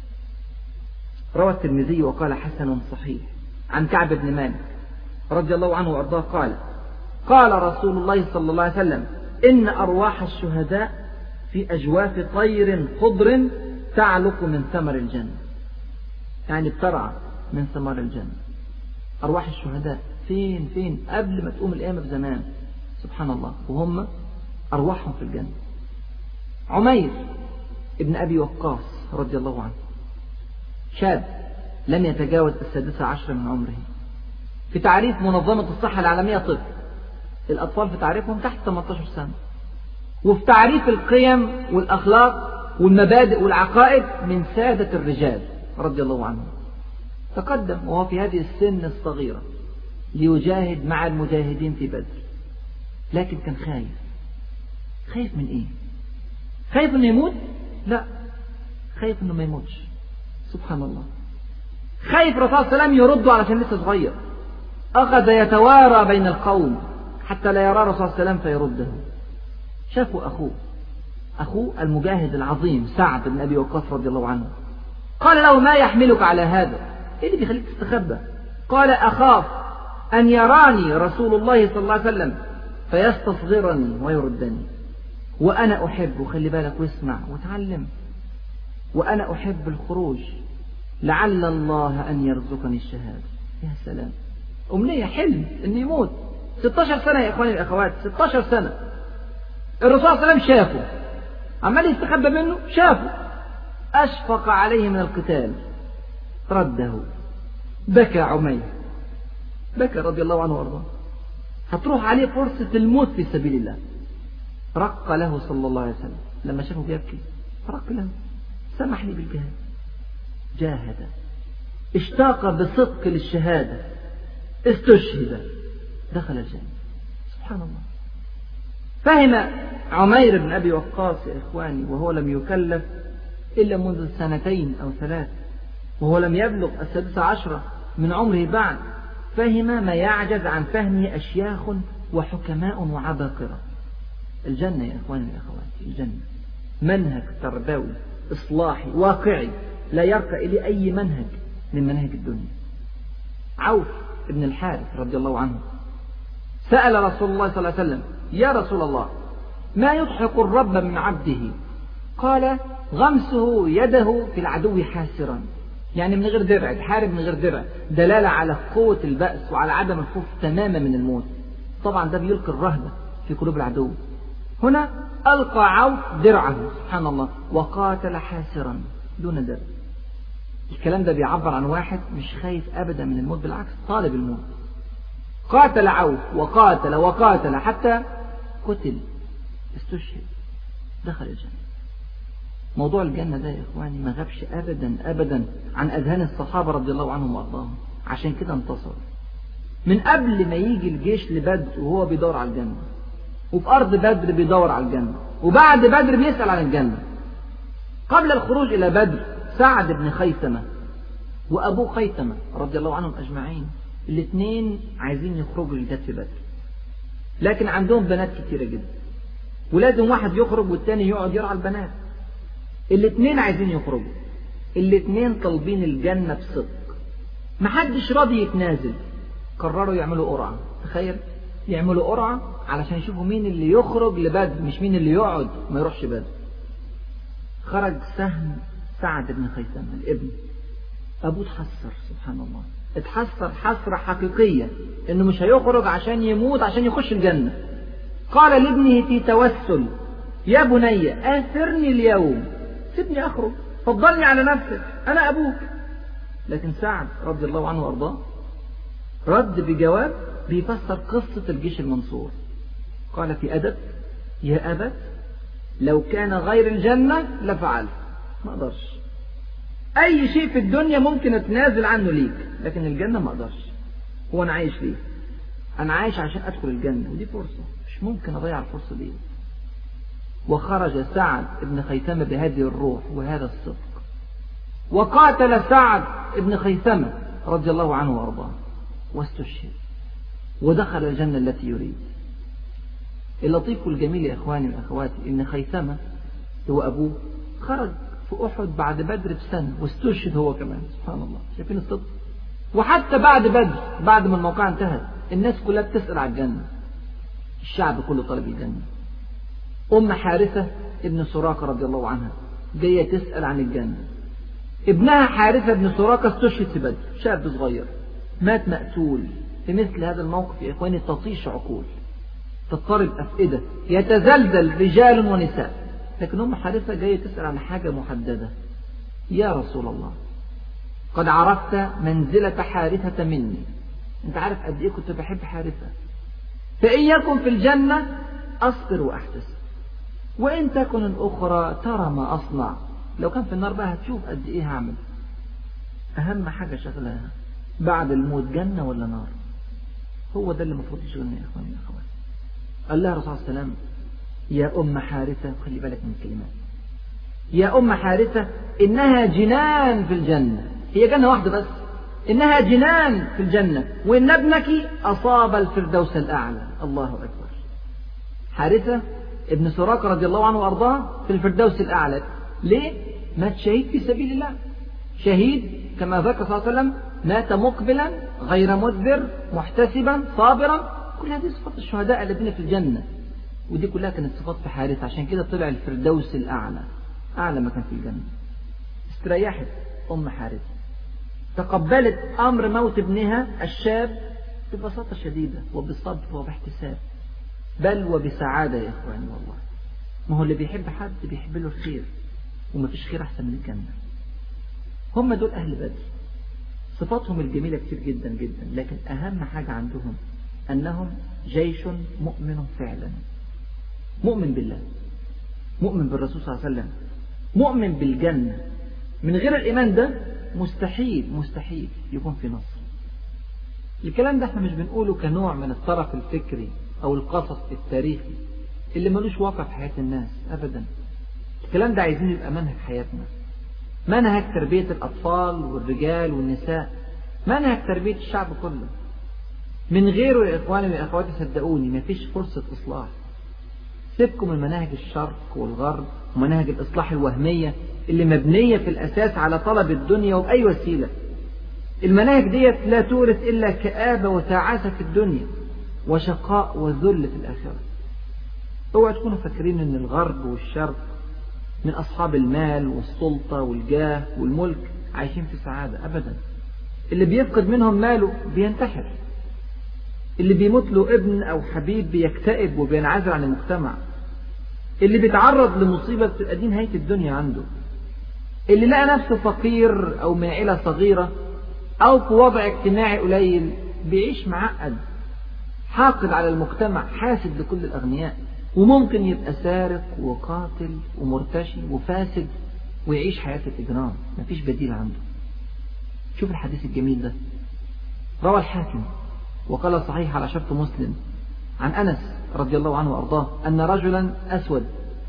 Speaker 2: روى الترمذي وقال حسن صحيح عن كعب بن مالك رضي الله عنه وأرضاه قال قال رسول الله صلى الله عليه وسلم إن أرواح الشهداء في أجواف طير خضر تعلق من ثمر الجنة. يعني بترعى من ثمار الجنة. أرواح الشهداء فين فين قبل ما تقوم القيامة بزمان. سبحان الله، وهم أرواحهم في الجنة. عمير ابن أبي وقاص رضي الله عنه شاب لم يتجاوز السادسة عشر من عمره. في تعريف منظمة الصحة العالمية طفل، الأطفال في تعريفهم تحت ثمانية عشر سنة. وفي تعريف القيم والأخلاق والمبادئ والعقائد من سادة الرجال رضي الله عنهم. تقدم وهو في هذه السن الصغيرة ليجاهد مع المجاهدين في بدر، لكن كان خايف. خايف من إيه؟ خايف انه يموت؟ لا، خايف انه ما يموتش. سبحان الله. خايف الرسول صلى الله عليه وسلم يرده علشان لسه صغير. أخذ يتوارى بين القوم حتى لا يرى الرسول صلى الله عليه وسلم فيرده. شافوا أخوه أخوه المجاهد العظيم سعد بن أبي وقاص رضي الله عنه. قال له: ما يحملك على هذا؟ إيه اللي بيخليك تستخبى؟ قال: أخاف أن يراني رسول الله صلى الله عليه وسلم فيستصغرني ويردني، وأنا أحب، خلي بالك واسمع وتعلم، وأنا أحب الخروج لعل الله أن يرزقني الشهادة. يا سلام، أمنية، حلم أن يموت. ستة عشر سنة يا إخواني الأخوات، ستة عشر سنة. الرسول صلى الله عليه وسلم شافه عمال يستخبى منه، شافه، أشفق عليه من القتال، رده. بكى عمير، بكى رضي الله عنه وارضاه. هتروح عليه فرصة الموت في سبيل الله. رق له صلى الله عليه وسلم لما شافه بيبكي، رق له: سمح لي بالجهاد. جاهد، اشتاق بصدق للشهادة، استشهد، دخل الجنة. سبحان الله. فهم عمير بن أبي وقاص يا إخواني وهو لم يكلف إلا منذ سنتين أو ثلاث، وهو لم يبلغ السادسة عشرة من عمره بعد، فهم ما يعجز عن فهمه أشياخ وحكماء وعباقرة. الجنة يا إخواني والأخوات، الجنة منهج تربوي إصلاحي واقعي لا يرقى إليه أي منهج من مناهج الدنيا. عوف بن الحارث رضي الله عنه سأل رسول الله صلى الله عليه وسلم: يا رسول الله، ما يضحك الرب من عبده؟ قال: غمسه يده في العدو حاسرا، يعني من غير درع، تحارب من غير درع، دلالة على قوة البأس وعلى عدم الخوف تماما من الموت. طبعا ده بيلقي الرهبة في قلوب العدو. هنا ألقى عوف درعه سبحان الله وقاتل حاسرا دون درع. الكلام ده بيعبر عن واحد مش خايف أبدا من الموت، بالعكس طالب الموت. قاتل عوف وقاتل وقاتل حتى قتل، استشهد، دخل الجنة. موضوع الجنة ده يا إخواني ما غابش أبدا أبدا عن أذهان الصحابة رضي الله عنهم وأرضاهم، عشان كده انتصر. من قبل ما يجي الجيش لبدر وهو بيدور على الجنة، وفي أرض بدر بيدور على الجنة، وبعد بدر بيسأل عن الجنة. قبل الخروج إلى بدر سعد بن خيثمة وأبوه خيثمة رضي الله عنهم أجمعين، الاثنين عايزين يخرجوا للجهاد في بدر، لكن عندهم بنات كتيرة جدا، ولازم واحد يخرج والتاني يقعد يرعى البنات. الاثنين عايزين يخرجوا، الاثنين طالبين الجنة بصدق، محدش راضي يتنازل. قرروا يعملوا قرعة، تخيل، يعملوا قرعة علشان يشوفوا مين اللي يخرج لبدر، مش مين اللي يقعد ما يروحش بدر. خرج سهم سعد بن خيثمة الابن. أبوه اتحسر سبحان الله، اتحسر حسرة حقيقية إنه مش هيخرج عشان يموت عشان يخش الجنة. قال لابنه في توسل: يا بني آثرني اليوم، سيبني أخرج، فضلني على نفسك، أنا أبوك. لكن سعد رضي الله عنه وأرضاه رد بجواب بيفسر قصة الجيش المنصور. قال في أدب: يا أبت لو كان غير الجنة لفعلت، ما أقدرش. أي شيء في الدنيا ممكن أتنازل عنه ليك، لكن الجنة ما أقدرش. هو أنا عايش ليه؟ أنا عايش عشان أدخل الجنة، ودي فرصة مش ممكن أضيع الفرصة دي. وخرج سعد بن خيثمة بهذه الروح وهذا الصدق، وقاتل سعد بن خيثمة رضي الله عنه وأرضاه واستشهد ودخل الجنة التي يريد. اللطيف والجميل يا إخواني وأخواتي إن خيثمة هو أبوه خرج في أحد بعد بدر بسنة واستشهد هو كمان. سبحان الله، شايفين الصدق؟ وحتى بعد بدر بعد ما الموقع انتهت الناس كلها بتسأل على الجنة، الشعب كله طلب الجنة. أم حارثة ابن سراقة رضي الله عنها جاية تسأل عن الجنة. ابنها حارثة ابن سراقة استشهد في بدر، شاب صغير مات مقتول. في مثل هذا الموقف يا إخواني تطيش عقول، تضطرب أفئدة، يتزلزل رجال ونساء. لكن أم حارثة جاية تسأل عن حاجة محددة: يا رسول الله، قد عرفت منزلة حارثة مني، أنت عارف قد إيه كنت بحب حارثة، فإن يكن في الجنة أصبر وأحتسب، وإن تكن الأخرى ترى ما أصنع. لو كان في النار بقى هتشوف قد إيه هعمل. أهم حاجة شغلها بعد الموت جنة ولا نار، هو ده اللي المفروض يشغلنا يا إخواني يا أخواتي. قال لها الرسول صلى الله عليه وسلم: يا أم حارثة، خلي بالك من الكلمات، يا أم حارثة إنها جنان في الجنة، هي جنة واحدة بس، إنها جنان في الجنة، وإن ابنك أصاب الفردوس الأعلى. الله أكبر. حارثة ابن سراقة رضي الله عنه وأرضاه في الفردوس الأعلى. ليه؟ مات شهيد في سبيل الله، شهيد كما ذكر صلى الله عليه وسلم، مات مقبلا غير مدبر محتسبا صابرا. كل هذه صفات الشهداء الذين في الجنة، ودي كلها كانت صفات في حارثة، عشان كده طلع الفردوس الأعلى، أعلى مكان في الجنة. استريحت أم حارثة، تقبلت أمر موت ابنها الشاب ببساطة شديدة وبصبر وباحتساب، بل وبسعادة يا إخواني. والله ما هو اللي بيحب حد بيحب له الخير، وما فيش خير أحسن من الجنة. هم دول أهل بدر، صفاتهم الجميلة كتير جدا جدا، لكن أهم حاجة عندهم أنهم جيش مؤمن فعلا، مؤمن بالله، مؤمن بالرسول صلى الله عليه وسلم، مؤمن بالجنة. من غير الإيمان ده مستحيل مستحيل يكون في نصر. الكلام ده احنا مش بنقوله كنوع من الطرف الفكري أو القصص التاريخي اللي ملوش واقع في حياة الناس أبدا. الكلام ده عايزين يبقى منهج حياتنا، منهج تربية الأطفال والرجال والنساء، منهج تربية الشعب كله. من غيره يا إخواني ويا أخواتي صدقوني مفيش فرصة إصلاح. سيبكم من مناهج الشرق والغرب ومناهج الإصلاح الوهمية اللي مبنية في الأساس على طلب الدنيا وبأي وسيلة. المناهج ديت لا تورث إلا كآبة وتعاسة في الدنيا وشقاء وذل في الآخرة. اوعوا تكونوا فاكرين ان الغرب والشرق من أصحاب المال والسلطة والجاه والملك عايشين في سعادة أبدا. اللي بيفقد منهم ماله بينتحر، اللي بيموت له ابن أو حبيب بيكتئب وبينعزل عن المجتمع، اللي بيتعرض لمصيبة بتبقى دي نهاية الدنيا عنده، اللي لقى نفسه فقير أو من عيلة صغيرة أو في وضع اجتماعي قليل بيعيش معقد، حاقد على المجتمع، حاسد لكل الأغنياء، وممكن يبقى سارق وقاتل ومرتشي وفاسد ويعيش حياة الإجرام، مفيش بديل عنده. شوف الحديث الجميل ده، روى الحاكم وقال صحيح على شرط مسلم عن أنس رضي الله عنه وأرضاه أن رجلا أسود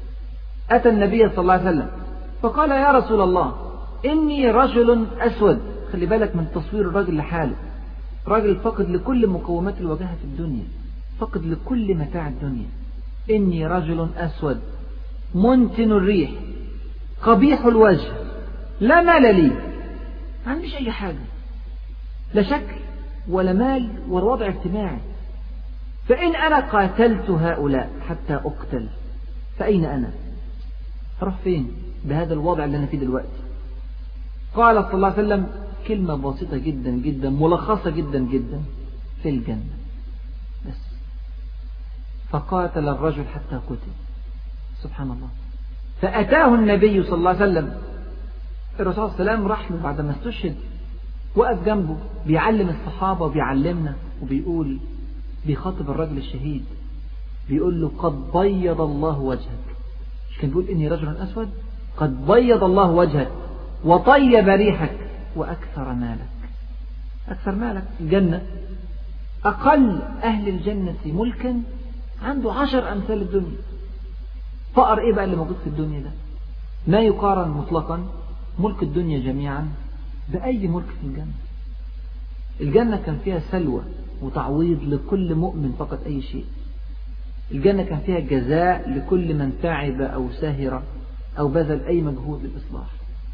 Speaker 2: أتى النبي صلى الله عليه وسلم فقال يا رسول الله إني رجل أسود. خلي بالك من تصوير الرجل لحاله، راجل فقد لكل مقومات الواجهة في الدنيا، فقد لكل متاع الدنيا. إني رجل أسود منتن الريح قبيح الوجه لا مال لي، ما عنديش أي حاجة، لا شكل ولا مال ولا وضع اجتماعي، فإن أنا قاتلت هؤلاء حتى أقتل فأين أنا؟ أروح فين بهذا الوضع اللي أنا فيه دلوقتي؟ قال صلى الله عليه وسلم كلمة بسيطة جدا جدا ملخصة جدا جدا، في الجنة بس. فقاتل الرجل حتى قتل. سبحان الله. فأتاه النبي صلى الله عليه وسلم، الرسول صلى الله عليه وسلم راح له بعد ما استشهد، وقف جنبه بيعلم الصحابة وبيعلمنا وبيقول، بيخاطب الرجل الشهيد بيقول له قد بيض الله وجهك. مش كان بيقول إني رجل أسود؟ قد بيض الله وجهك وطيب ريحك وأكثر مالك. أكثر مالك الجنة. أقل أهل الجنة ملكا عنده عشر أمثال الدنيا. فقر إيه بقى اللي موجود في الدنيا ده؟ ما يقارن مطلقا ملك الدنيا جميعا بأي ملك في الجنة. الجنة كان فيها سلوى وتعويض لكل مؤمن فقط أي شيء. الجنة كان فيها جزاء لكل من تعب أو سهر أو بذل أي مجهود للإصلاح.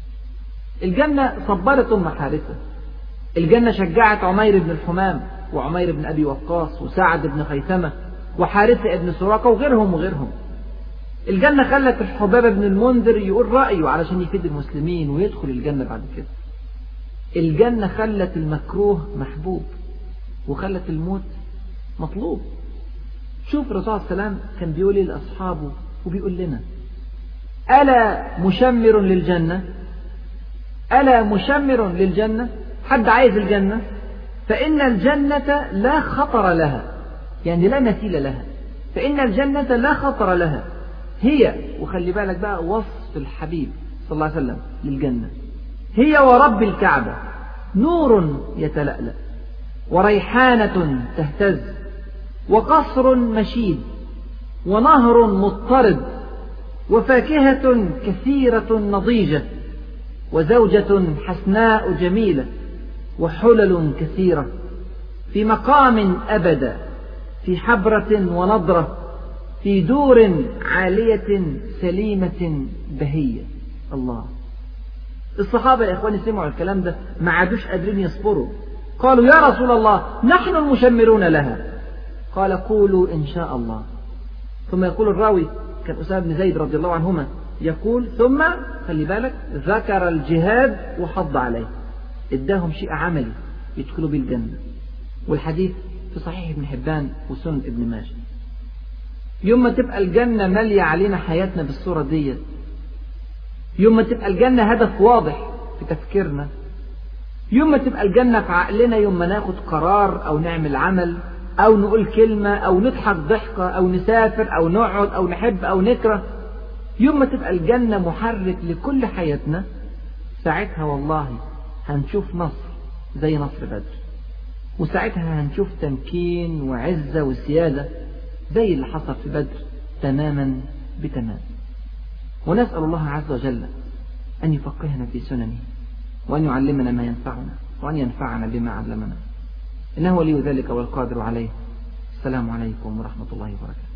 Speaker 2: الجنة صبرت أم حارثة. الجنة شجعت عمير بن الحمام وعمير بن أبي وقاص وسعد بن خيثمة وحارثة بن سراقة وغيرهم وغيرهم. الجنة خلت الحباب بن المنذر يقول رأيه علشان يفيد المسلمين ويدخل الجنة بعد كده. الجنة خلت المكروه محبوب وخلت الموت مطلوب. شوف الرسول صلى الله عليه وسلم كان بيقول لأصحابه وبيقول لنا ألا مشمر للجنة، ألا مشمر للجنة، حد عايز الجنة؟ فإن الجنة لا خطر لها، يعني لا مثيل لها. فإن الجنة لا خطر لها، هي، وخلي بالك بقى وصف الحبيب صلى الله عليه وسلم للجنة، هي ورب الكعبة نور يتلألأ وريحانة تهتز وقصر مشيد ونهر مضطرد وفاكهة كثيرة نضيجة، وزوجة حسناء جميلة، وحلل كثيرة، في مقام أبدا، في حبرة ونضرة، في دور عالية سليمة بهية. الله. الصحابة يا إخواني سمعوا الكلام ده ما عادوش قادرين يصبروا، قالوا يا رسول الله نحن المشمرون لها. قال قولوا إن شاء الله. ثم يقول الراوي كان أسامة بن زيد رضي الله عنهما يقول ثم خلي بالك ذكر الجهاد وحض عليه، اداهم شيء عملي يدخلوا به الجنة. والحديث في صحيح ابن حبان وسنن ابن ماجه. يوم ما تبقى الجنة مالية علينا حياتنا بالصورة دي، يوم ما تبقى الجنة هدف واضح في تفكيرنا، يوم ما تبقى الجنة في عقلنا، يوم ما ناخد قرار أو نعمل عمل أو نقول كلمة أو نضحك ضحكة أو نسافر أو نقعد أو نحب أو نكره، يوم ما تبقى الجنة محرك لكل حياتنا، ساعتها والله هنشوف نصر زي نصر بدر، وساعتها هنشوف تمكين وعزة وسيادة زي اللي حصل في بدر تماما بتمام. ونسأل الله عز وجل أن يفقهنا في سننه، وأن يعلمنا ما ينفعنا، وأن ينفعنا بما علمنا، إنه ولي ذلك والقادر عليه. السلام عليكم ورحمة الله وبركاته.